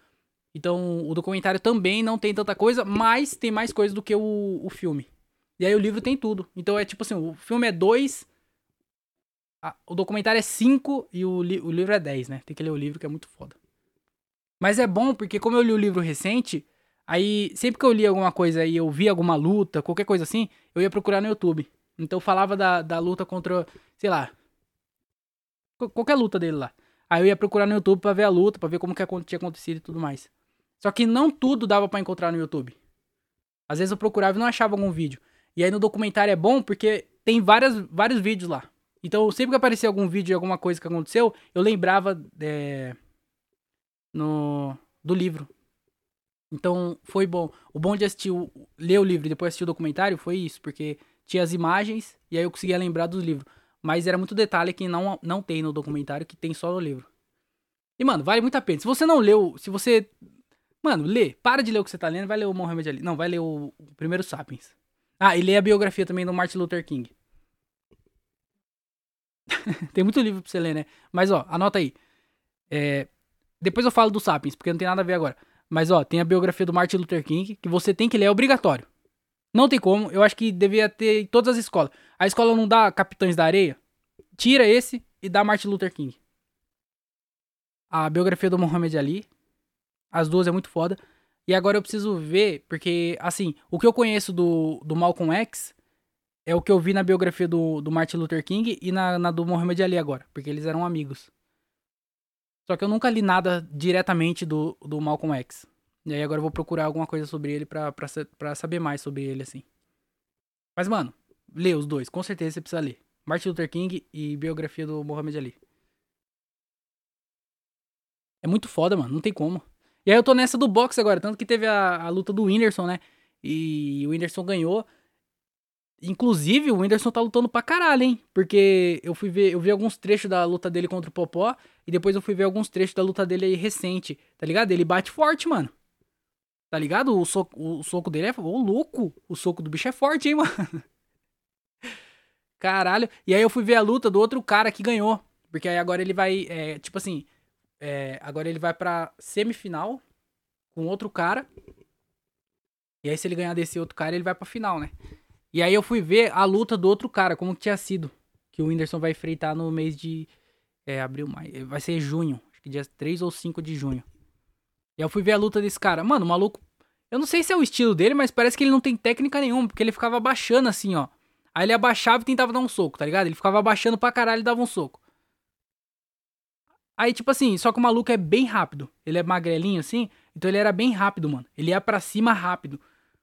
Então, o documentário também não tem tanta coisa, mas tem mais coisa do que o filme. E aí o livro tem tudo. Então é tipo assim, o filme é 2, o documentário é 5 e o livro é 10, né? Tem que ler o livro que é muito foda. Mas é bom porque como eu li o livro recente, aí sempre que eu li alguma coisa e eu vi alguma luta, qualquer coisa assim, eu ia procurar no YouTube. Então eu falava da luta contra, sei lá, qualquer luta dele lá. Aí eu ia procurar no YouTube pra ver a luta, pra ver como que tinha acontecido e tudo mais. Só que não tudo dava pra encontrar no YouTube. Às vezes eu procurava e não achava algum vídeo. E aí no documentário é bom porque tem vários vídeos lá. Então sempre que aparecia algum vídeo de alguma coisa que aconteceu, eu lembrava do livro. Então foi bom. O bom de assistir, ler o livro e depois assistir o documentário foi isso, porque tinha as imagens e aí eu conseguia lembrar dos livros. Mas era muito detalhe que não tem no documentário, que tem só no livro. E, mano, vale muito a pena. Se você não leu, se você... Mano, lê. Para de ler o que você tá lendo, vai ler o Muhammad Ali. Não, vai ler o primeiro Sapiens. Ah, e lê a biografia também do Martin Luther King. Tem muito livro pra você ler, né? Mas, ó, anota aí. Depois eu falo do Sapiens, porque não tem nada a ver agora. Mas, ó, tem a biografia do Martin Luther King, que você tem que ler, é obrigatório. Não tem como, eu acho que devia ter em todas as escolas. A escola não dá Capitães da Areia? Tira esse e dá Martin Luther King. A biografia do Muhammad Ali. As duas é muito foda. E agora eu preciso ver, porque, assim, o que eu conheço do Malcolm X é o que eu vi na biografia do Martin Luther King e na do Muhammad Ali agora, porque eles eram amigos. Só que eu nunca li nada diretamente do Malcolm X. E aí agora eu vou procurar alguma coisa sobre ele pra saber mais sobre ele, assim. Mas, mano, lê os dois, com certeza você precisa ler. Martin Luther King e biografia do Muhammad Ali. É muito foda, mano, não tem como. E aí eu tô nessa do boxe agora, tanto que teve a luta do Whindersson, né? E o Whindersson ganhou. Inclusive, o Whindersson tá lutando pra caralho, hein? Porque eu vi alguns trechos da luta dele contra o Popó. E depois eu fui ver alguns trechos da luta dele aí recente, tá ligado? Ele bate forte, mano. Tá ligado? O soco dele é. Ô, louco! O soco do bicho é forte, hein, mano? Caralho. E aí eu fui ver a luta do outro cara que ganhou. Porque aí agora ele vai. Tipo assim. Agora ele vai pra semifinal com outro cara. E aí, se ele ganhar desse outro cara, ele vai pra final, né? E aí eu fui ver a luta do outro cara, como que tinha sido. Que o Whindersson vai enfrentar no mês de abril, maio. Vai ser junho. Acho que dia 3 ou 5 de junho. E aí eu fui ver a luta desse cara. Mano, o maluco. Eu não sei se é o estilo dele, mas parece que ele não tem técnica nenhuma. Porque ele ficava abaixando assim, ó. Aí ele abaixava e tentava dar um soco, tá ligado? Ele ficava abaixando pra caralho e dava um soco. Aí, tipo assim, só que o maluco é bem rápido. Ele é magrelinho assim. Então ele era bem rápido, mano. Ele ia pra cima rápido.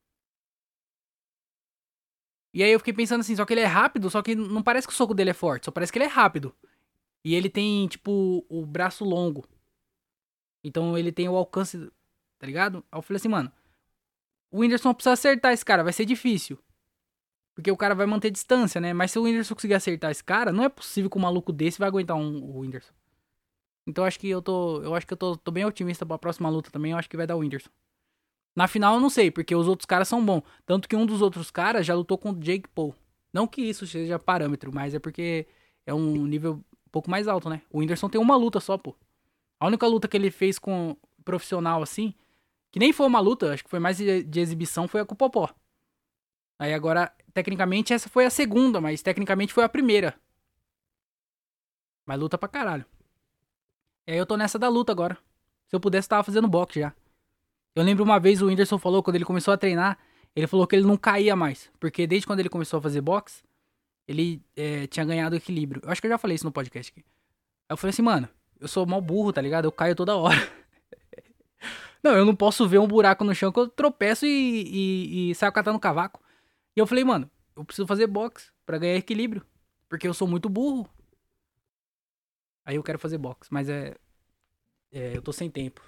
E aí eu fiquei pensando assim, só que ele é rápido, só que não parece que o soco dele é forte, só parece que ele é rápido. E ele tem, tipo, o braço longo. Então ele tem o alcance, tá ligado? Aí eu falei assim, mano, o Whindersson precisa acertar esse cara, vai ser difícil. Porque o cara vai manter distância, né? Mas se o Whindersson conseguir acertar esse cara, não é possível que um maluco desse vai aguentar o Whindersson. Então acho que eu tô bem otimista pra próxima luta também, eu acho que vai dar o Whindersson. Na final eu não sei, porque os outros caras são bons. Tanto que um dos outros caras já lutou com o Jake Paul. Não que isso seja parâmetro, mas é porque é um nível um pouco mais alto, né? O Whindersson tem uma luta só, pô. A única luta que ele fez com profissional assim, que nem foi uma luta, acho que foi mais de exibição, foi a com o Popó. Aí agora, tecnicamente, essa foi a segunda, mas tecnicamente foi a primeira. Mas luta pra caralho. E aí eu tô nessa da luta agora. Se eu pudesse, tava fazendo boxe já. Eu lembro uma vez o Whindersson falou, quando ele começou a treinar, ele falou que ele não caía mais. Porque desde quando ele começou a fazer boxe, ele tinha ganhado equilíbrio. Eu acho que eu já falei isso no podcast aqui. Aí eu falei assim, mano, eu sou mal burro, tá ligado? Eu caio toda hora. Não, eu não posso ver um buraco no chão que eu tropeço e saio catando cavaco. E eu falei, mano, eu preciso fazer boxe pra ganhar equilíbrio. Porque eu sou muito burro. Aí eu quero fazer boxe, mas eu tô sem tempo.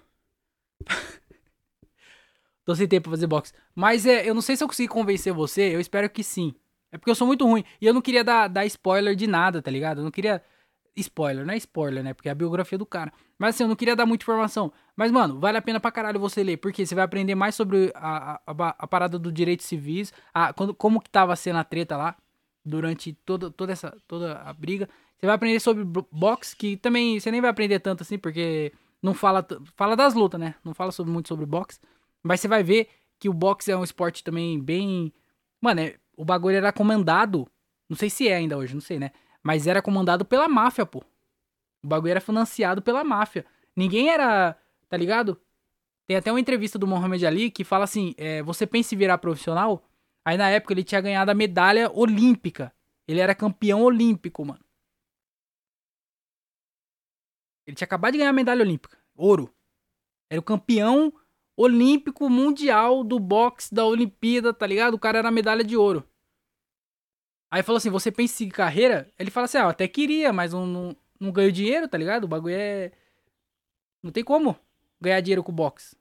Tô sem tempo pra fazer boxe. Mas eu não sei se eu consegui convencer você, eu espero que sim. É porque eu sou muito ruim. E eu não queria dar spoiler de nada, tá ligado? Eu não queria. Spoiler, não é spoiler, né? Porque é a biografia do cara. Mas assim, eu não queria dar muita informação. Mas, mano, vale a pena pra caralho você ler. Porque você vai aprender mais sobre a parada do direito civis. Como que tava sendo a treta lá. Durante toda a briga. Você vai aprender sobre boxe, que também você nem vai aprender tanto assim, porque não fala, fala das lutas, né? Não fala muito sobre boxe. Mas você vai ver que o boxe é um esporte também bem... Mano, o bagulho era comandado, não sei se é ainda hoje, não sei, né? Mas era comandado pela máfia, pô. O bagulho era financiado pela máfia. Ninguém era, tá ligado? Tem até uma entrevista do Muhammad Ali que fala assim, você pensa em virar profissional? Aí na época ele tinha ganhado a medalha olímpica. Ele era campeão olímpico, mano. Ele tinha acabado de ganhar a medalha olímpica. Ouro. Era o campeão olímpico mundial do boxe da Olimpíada, tá ligado? O cara era a medalha de ouro. Aí falou assim, você pensa em seguir carreira? Ele fala assim, eu até queria, mas não ganho dinheiro, tá ligado? O bagulho é... Não tem como ganhar dinheiro com boxe.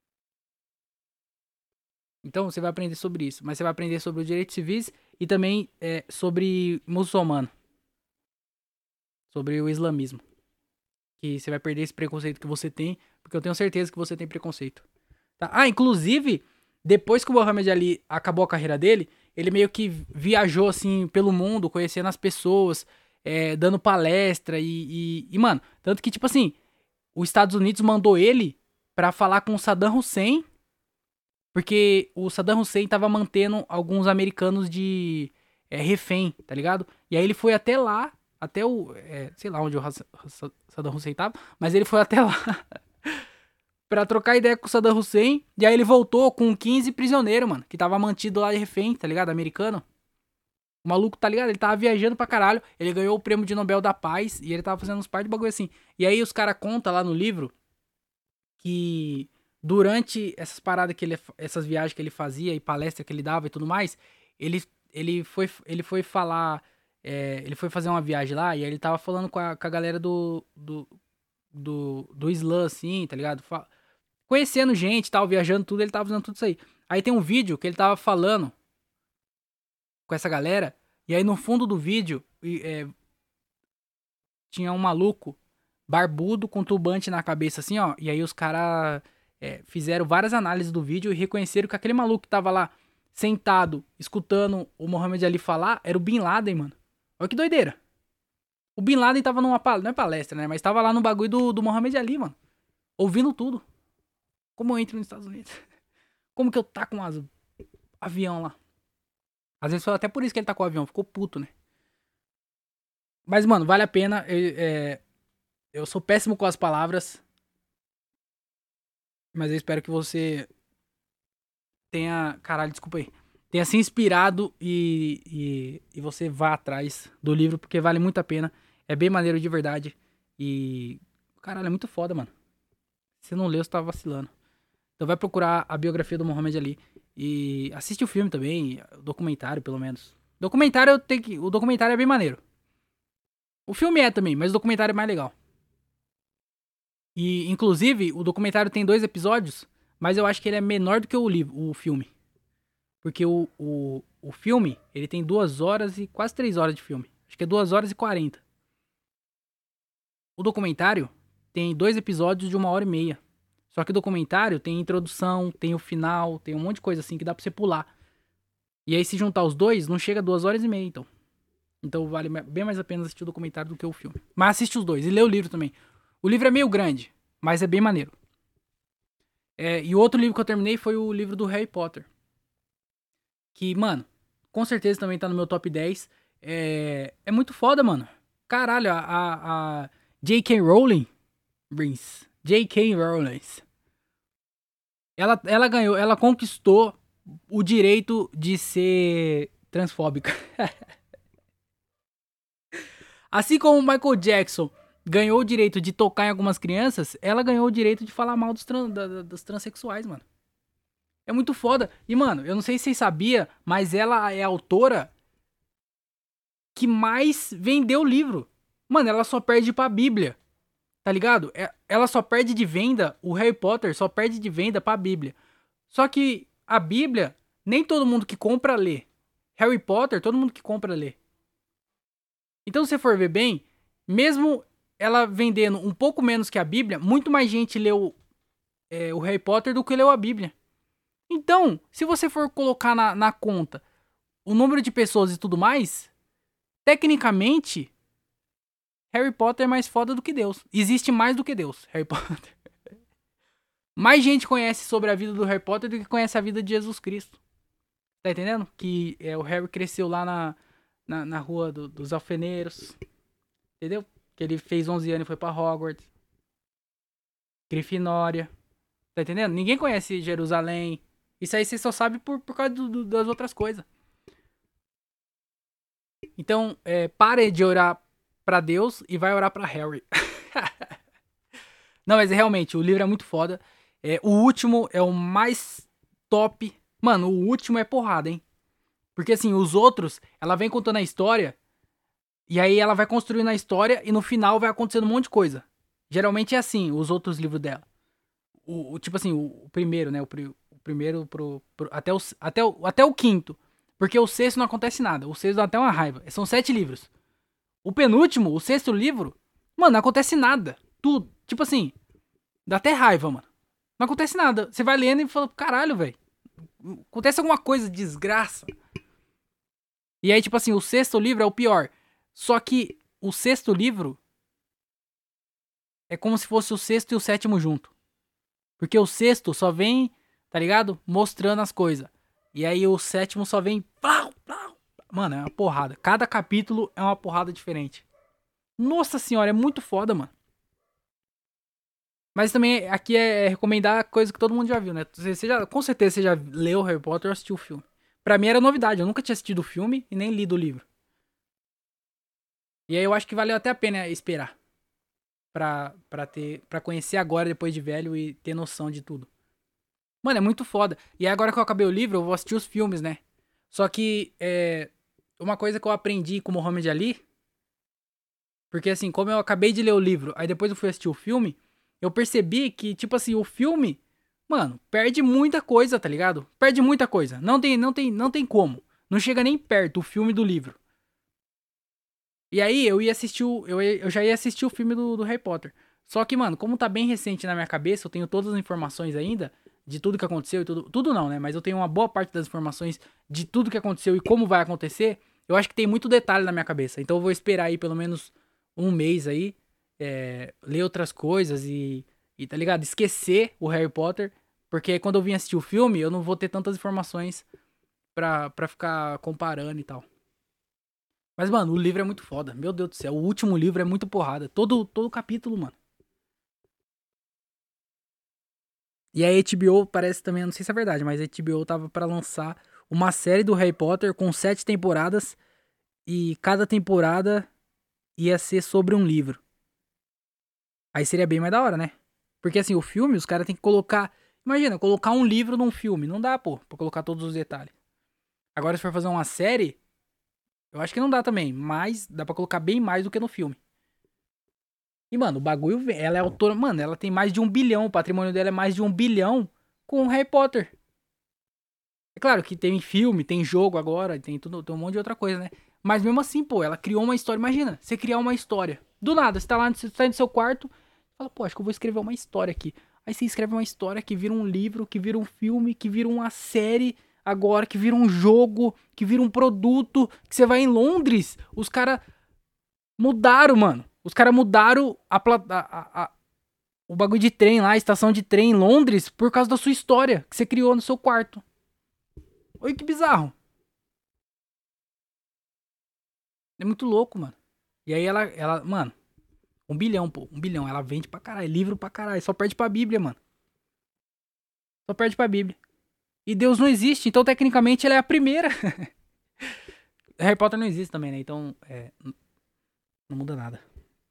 Então você vai aprender sobre isso. Mas você vai aprender sobre os direitos civis e também sobre muçulmano. Sobre o islamismo. Que você vai perder esse preconceito que você tem, porque eu tenho certeza que você tem preconceito. Tá? Ah, inclusive, depois que o Muhammad Ali acabou a carreira dele, ele meio que viajou assim pelo mundo, conhecendo as pessoas, dando palestra mano, tanto que tipo assim, os Estados Unidos mandou ele pra falar com o Saddam Hussein, porque o Saddam Hussein tava mantendo alguns americanos de refém, tá ligado? E aí ele foi até lá, até sei lá onde o Saddam Hussein tava, mas ele foi até lá pra trocar ideia com o Saddam Hussein, e aí ele voltou com 15 prisioneiros, mano, que tava mantido lá de refém, tá ligado? Americano. O maluco, tá ligado? Ele tava viajando pra caralho, ele ganhou o prêmio de Nobel da Paz, e ele tava fazendo uns par de bagulho assim. E aí os caras contam lá no livro que durante essas paradas essas viagens que ele fazia e palestra que ele dava e tudo mais, ele foi falar, ele foi fazer uma viagem lá e aí ele tava falando com a galera do Islã, assim, tá ligado? Conhecendo gente, tal, viajando tudo, ele tava fazendo tudo isso aí. Aí tem um vídeo que ele tava falando com essa galera, e aí no fundo do vídeo tinha um maluco barbudo com turbante na cabeça, assim, ó. E aí os caras fizeram várias análises do vídeo e reconheceram que aquele maluco que tava lá sentado, escutando o Muhammad Ali falar, era o Bin Laden, mano. Olha que doideira. O Bin Laden tava não é palestra, né? Mas tava lá no bagulho do Muhammad Ali, mano. Ouvindo tudo. Como eu entro nos Estados Unidos? Como que eu tá com um avião lá? Às vezes foi até por isso que ele tá com o avião. Ficou puto, né? Mas, mano, vale a pena. Eu sou péssimo com as palavras. Mas eu espero que você tenha... Caralho, desculpa aí. Tenha se inspirado e você vá atrás do livro, porque vale muito a pena. É bem maneiro de verdade. E... Caralho, é muito foda, mano. Se não leu, você tá vacilando. Então vai procurar a biografia do Muhammad Ali. E assiste o filme também, o documentário, pelo menos. O documentário é bem maneiro. O filme é também, mas o documentário é mais legal. E, inclusive, o documentário tem 2 episódios, mas eu acho que ele é menor do que o filme. Porque o filme, ele tem 2 horas e quase 3 horas de filme. Acho que é 2 horas e 40. O documentário tem 2 episódios de 1h30. Só que o documentário tem introdução, tem o final, tem um monte de coisa assim que dá pra você pular. E aí, se juntar os dois, não chega a 2h30, então. Então vale bem mais a pena assistir o documentário do que o filme. Mas assiste os dois e lê o livro também. O livro é meio grande, mas é bem maneiro. E o outro livro que eu terminei foi o livro do Harry Potter. Que, mano, com certeza também tá no meu top 10. É muito foda, mano. Caralho, a J.K. Rowling. J.K. Rowling. Ela ganhou, ela conquistou o direito de ser transfóbica. Assim como o Michael Jackson ganhou o direito de tocar em algumas crianças, ela ganhou o direito de falar mal dos transexuais, mano. É muito foda. E, mano, eu não sei se vocês sabiam, mas ela é a autora que mais vendeu o livro. Mano, ela só perde pra Bíblia. Tá ligado? Ela só perde de venda, o Harry Potter só perde de venda pra Bíblia. Só que a Bíblia, nem todo mundo que compra lê. Harry Potter, todo mundo que compra lê. Então, se você for ver bem, mesmo ela vendendo um pouco menos que a Bíblia, muito mais gente leu o Harry Potter do que leu a Bíblia. Então, se você for colocar na conta o número de pessoas e tudo mais, tecnicamente, Harry Potter é mais foda do que Deus. Existe mais do que Deus, Harry Potter. Mais gente conhece sobre a vida do Harry Potter do que conhece a vida de Jesus Cristo. Tá entendendo? Que o Harry cresceu lá na rua dos alfeneiros. Entendeu? Que ele fez 11 anos e foi pra Hogwarts. Grifinória. Tá entendendo? Ninguém conhece Jerusalém. Isso aí você só sabe por causa das outras coisas. Então, pare de orar pra Deus e vai orar pra Harry. Não, mas realmente, o livro é muito foda. O último é o mais top. Mano, o último é porrada, hein? Porque assim, os outros, ela vem contando a história. E aí ela vai construindo a história e no final vai acontecendo um monte de coisa. Geralmente é assim, os outros livros dela. Tipo assim, o primeiro, né? O primeiro até o quinto. Porque o sexto não acontece nada. O sexto dá até uma raiva. São 7 livros. O penúltimo, o sexto livro, mano, não acontece nada. Tudo. Tipo assim, dá até raiva, mano. Não acontece nada. Você vai lendo e fala, caralho, velho. Acontece alguma coisa, desgraça. E aí, tipo assim, o sexto livro é o pior. Só que o sexto livro é como se fosse o sexto e o sétimo junto. Porque o sexto só vem, tá ligado? Mostrando as coisas. E aí o sétimo só vem. Mano, é uma porrada. Cada capítulo é uma porrada diferente. Nossa senhora, é muito foda, mano. Mas também aqui é recomendar coisa que todo mundo já viu, né? Com certeza você já leu Harry Potter ou assistiu o filme. Pra mim era novidade, eu nunca tinha assistido o filme e nem lido o livro. E aí eu acho que valeu até a pena esperar. Pra conhecer agora, depois de velho, e ter noção de tudo. Mano, é muito foda. E aí agora que eu acabei o livro, eu vou assistir os filmes, né? Só que, uma coisa que eu aprendi com o Muhammad Ali, porque assim, como eu acabei de ler o livro, aí depois eu fui assistir o filme, eu percebi que, tipo assim, o filme, mano, perde muita coisa, tá ligado? Perde muita coisa. Não tem como. Não chega nem perto o filme do livro. E aí eu ia assistir eu já ia assistir o filme do Harry Potter. Só que, mano, como tá bem recente na minha cabeça, eu tenho todas as informações ainda de tudo que aconteceu e tudo. Tudo não, né? Mas eu tenho uma boa parte das informações de tudo que aconteceu e como vai acontecer. Eu acho que tem muito detalhe na minha cabeça. Então eu vou esperar aí pelo menos um mês aí. Ler outras coisas e, tá ligado? Esquecer o Harry Potter. Porque quando eu vim assistir o filme, eu não vou ter tantas informações pra ficar comparando e tal. Mas, mano, o livro é muito foda. Meu Deus do céu. O último livro é muito porrada. Todo capítulo, mano. E a HBO parece também, eu não sei se é verdade, mas a HBO tava pra lançar uma série do Harry Potter com 7 temporadas. E cada temporada ia ser sobre um livro. Aí seria bem mais da hora, né? Porque assim, o filme, os caras têm que colocar. Imagina, colocar um livro num filme. Não dá, pô, pra colocar todos os detalhes. Agora, se for fazer uma série, eu acho que não dá também. Mas dá pra colocar bem mais do que no filme. E, mano, o bagulho, ela é autora, mano, ela tem mais de 1 bilhão, o patrimônio dela é mais de 1 bilhão com o Harry Potter. É claro que tem filme, tem jogo agora, tem tudo, tem um monte de outra coisa, né? Mas mesmo assim, pô, ela criou uma história. Imagina, você criar uma história. Do nada, você tá lá, você tá no seu quarto, fala, pô, acho que eu vou escrever uma história aqui. Aí você escreve uma história que vira um livro, que vira um filme, que vira uma série agora, que vira um jogo, que vira um produto, que você vai em Londres, os caras mudaram, mano. Os caras mudaram o bagulho de trem lá, a estação de trem em Londres, por causa da sua história que você criou no seu quarto. Oi, que bizarro. É muito louco, mano. E aí mano, 1 bilhão, pô, 1 bilhão. Ela vende pra caralho, livro pra caralho. Só perde pra Bíblia, mano. Só perde pra Bíblia. E Deus não existe, então tecnicamente ela é a primeira. Harry Potter não existe também, né? Então, não muda nada.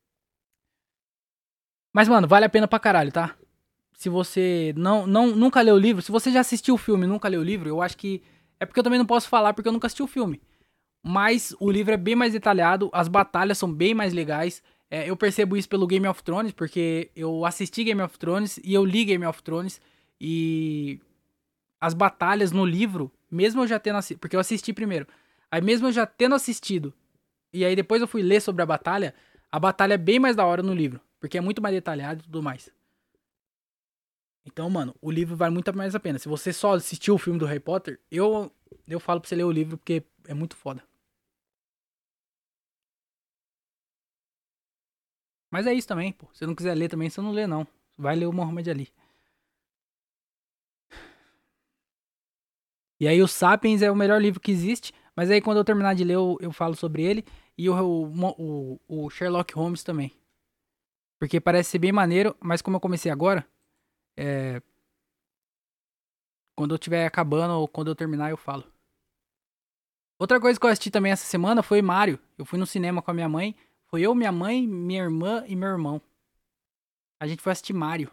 Mas, mano, vale a pena pra caralho, tá? Se você nunca leu o livro, se você já assistiu o filme e nunca leu o livro, eu acho que. É porque eu também não posso falar porque eu nunca assisti o filme. Mas o livro é bem mais detalhado, as batalhas são bem mais legais. Eu percebo isso pelo Game of Thrones, porque eu assisti Game of Thrones e eu li Game of Thrones. E as batalhas no livro, mesmo eu já tendo assistido. Porque eu assisti primeiro. Aí mesmo eu já tendo assistido, e aí depois eu fui ler sobre a batalha é bem mais da hora no livro. Porque é muito mais detalhado e tudo mais. Então, mano, o livro vale muito mais a pena. Se você só assistiu o filme do Harry Potter, eu falo pra você ler o livro porque é muito foda. Mas é isso também, pô. Se você não quiser ler também, você não lê, não. Vai ler o Muhammad Ali. E aí o Sapiens é o melhor livro que existe. Mas aí quando eu terminar de ler, eu falo sobre ele. E o Sherlock Holmes também. Porque parece ser bem maneiro, mas como eu comecei agora, é, quando eu estiver acabando ou quando eu terminar, eu falo. Outra coisa que eu assisti também essa semana foi Mario. Eu fui no cinema com a minha mãe. Foi eu, minha mãe, minha irmã e meu irmão. A gente foi assistir Mario.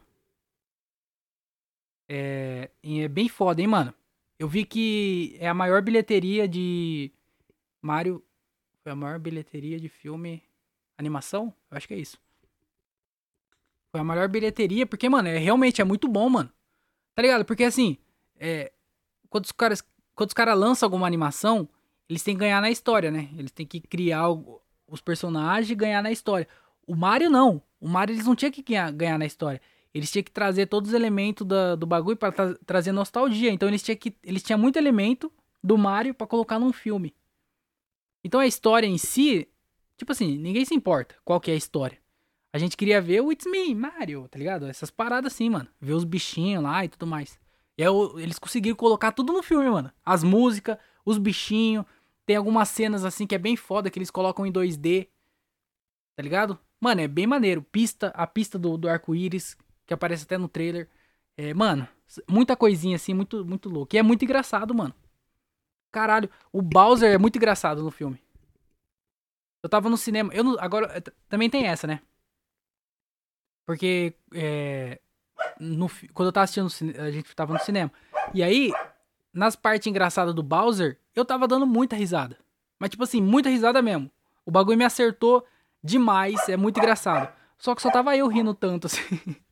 E é bem foda, hein, mano? Eu vi que é a maior bilheteria de Mario. Foi a maior bilheteria de filme animação? Eu acho que é isso. Foi a maior bilheteria, porque, mano, realmente é muito bom, mano. Tá ligado? Porque assim, é, quando os caras lançam alguma animação, eles têm que ganhar na história, né? Eles têm que criar os personagens e ganhar na história. O Mario não. O Mario eles não tinham que ganhar na história. Eles tinham que trazer todos os elementos do bagulho pra trazer nostalgia. Então eles tinham muito elemento do Mario pra colocar num filme. Então a história em si, tipo assim, ninguém se importa qual que é a história. A gente queria ver o It's Me, Mario, tá ligado? Essas paradas assim, mano. Ver os bichinhos lá e tudo mais. E aí, eles conseguiram colocar tudo no filme, mano. As músicas, os bichinhos. Tem algumas cenas assim que é bem foda, que eles colocam em 2D. Tá ligado? Mano, é bem maneiro. A pista do arco-íris, que aparece até no trailer. Mano, muita coisinha assim, muito, muito louco. E é muito engraçado, mano. Caralho, o Bowser é muito engraçado no filme. Eu tava no cinema. Agora, também tem essa, né? Porque quando eu tava assistindo, a gente tava no cinema. E aí, nas partes engraçadas do Bowser, eu tava dando muita risada. Mas, tipo assim, muita risada mesmo. O bagulho me acertou demais, é muito engraçado. Só que só tava eu rindo tanto, assim.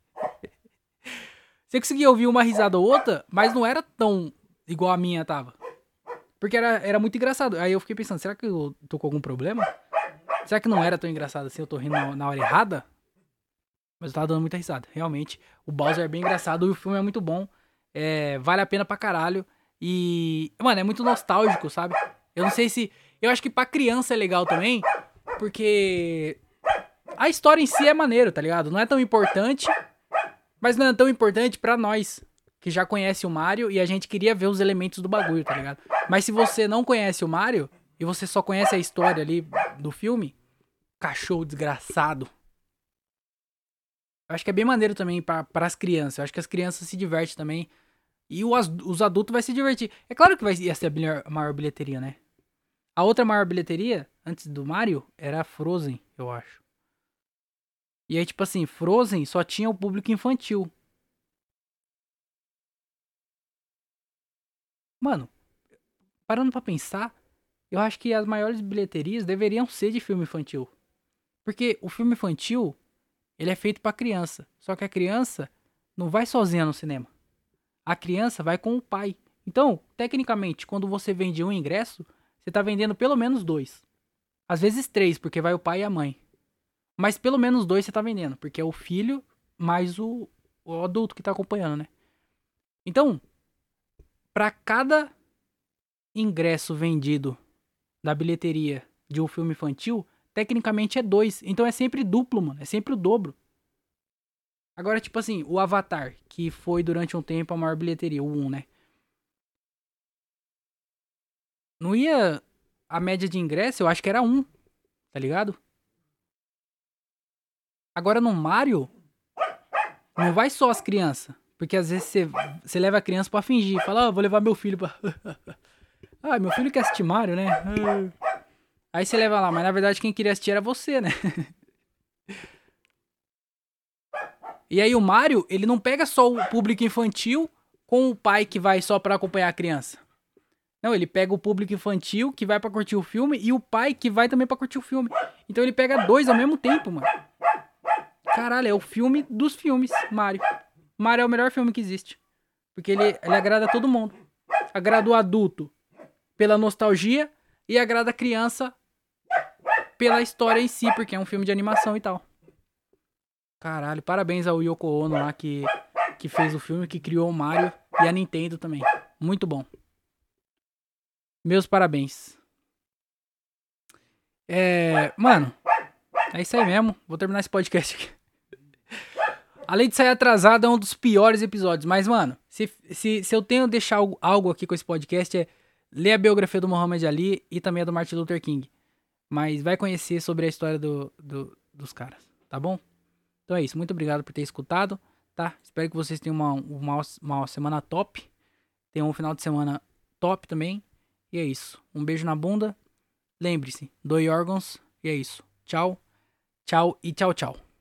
Você conseguia ouvir uma risada ou outra, mas não era tão igual a minha tava. Porque era muito engraçado. Aí eu fiquei pensando, será que eu tô com algum problema? Será que não era tão engraçado assim? Eu tô rindo na hora errada? Mas eu tava dando muita risada. Realmente, o Bowser é bem engraçado e o filme é muito bom. Vale a pena pra caralho. E, mano, é muito nostálgico, sabe? Eu não sei se... Eu acho que pra criança é legal também, porque a história em si é maneiro, tá ligado? Não é tão importante, mas não é tão importante pra nós, que já conhece o Mario e a gente queria ver os elementos do bagulho, tá ligado? Mas se você não conhece o Mario e você só conhece a história ali do filme, cachorro desgraçado. Eu acho que é bem maneiro também para as crianças. Eu acho que as crianças se divertem também. E os adultos vai se divertir. É claro que ia ser a maior bilheteria, né? A outra maior bilheteria, antes do Mario, era Frozen, eu acho. E aí, tipo assim, Frozen só tinha o público infantil. Mano, parando pra pensar, eu acho que as maiores bilheterias deveriam ser de filme infantil. Porque o filme infantil, ele é feito pra criança. Só que a criança não vai sozinha no cinema. A criança vai com o pai. Então, tecnicamente, quando você vende um ingresso, você tá vendendo pelo menos dois. Às vezes três, porque vai o pai e a mãe. Mas pelo menos dois você tá vendendo, porque é o filho mais o adulto que tá acompanhando, né? Então, para cada ingresso vendido da bilheteria de um filme infantil, tecnicamente é dois. Então é sempre duplo, mano. É sempre o dobro. Agora, tipo assim, o Avatar, que foi durante um tempo a maior bilheteria, o 1, né? Não ia. A média de ingresso, eu acho que era um, tá ligado? Agora no Mario, não vai só as crianças. Porque às vezes você leva a criança pra fingir. Fala, vou levar meu filho pra. Meu filho quer assistir Mario, né? Aí você leva lá, mas na verdade quem queria assistir era você, né? E aí o Mario, ele não pega só o público infantil com o pai que vai só pra acompanhar a criança. Não, ele pega o público infantil que vai pra curtir o filme e o pai que vai também pra curtir o filme. Então ele pega dois ao mesmo tempo, mano. Caralho, é o filme dos filmes, Mario. Mario é o melhor filme que existe. Porque ele agrada todo mundo. Agrada o adulto pela nostalgia e agrada a criança pela história em si, porque é um filme de animação e tal. Caralho, parabéns ao Yoko Ono lá que fez o filme, que criou o Mario e a Nintendo também. Muito bom. Meus parabéns. Mano, É isso aí mesmo. Vou terminar esse podcast aqui. Além de sair atrasado, é um dos piores episódios. Mas, mano, se eu tenho deixar algo aqui com esse podcast é ler a biografia do Muhammad Ali e também a do Martin Luther King. Mas vai conhecer sobre a história dos caras, tá bom? Então é isso. Muito obrigado por ter escutado, tá? Espero que vocês tenham uma semana top. Tenham um final de semana top também. E é isso. Um beijo na bunda. Lembre-se, doe órgãos. E é isso. Tchau, tchau e tchau, tchau.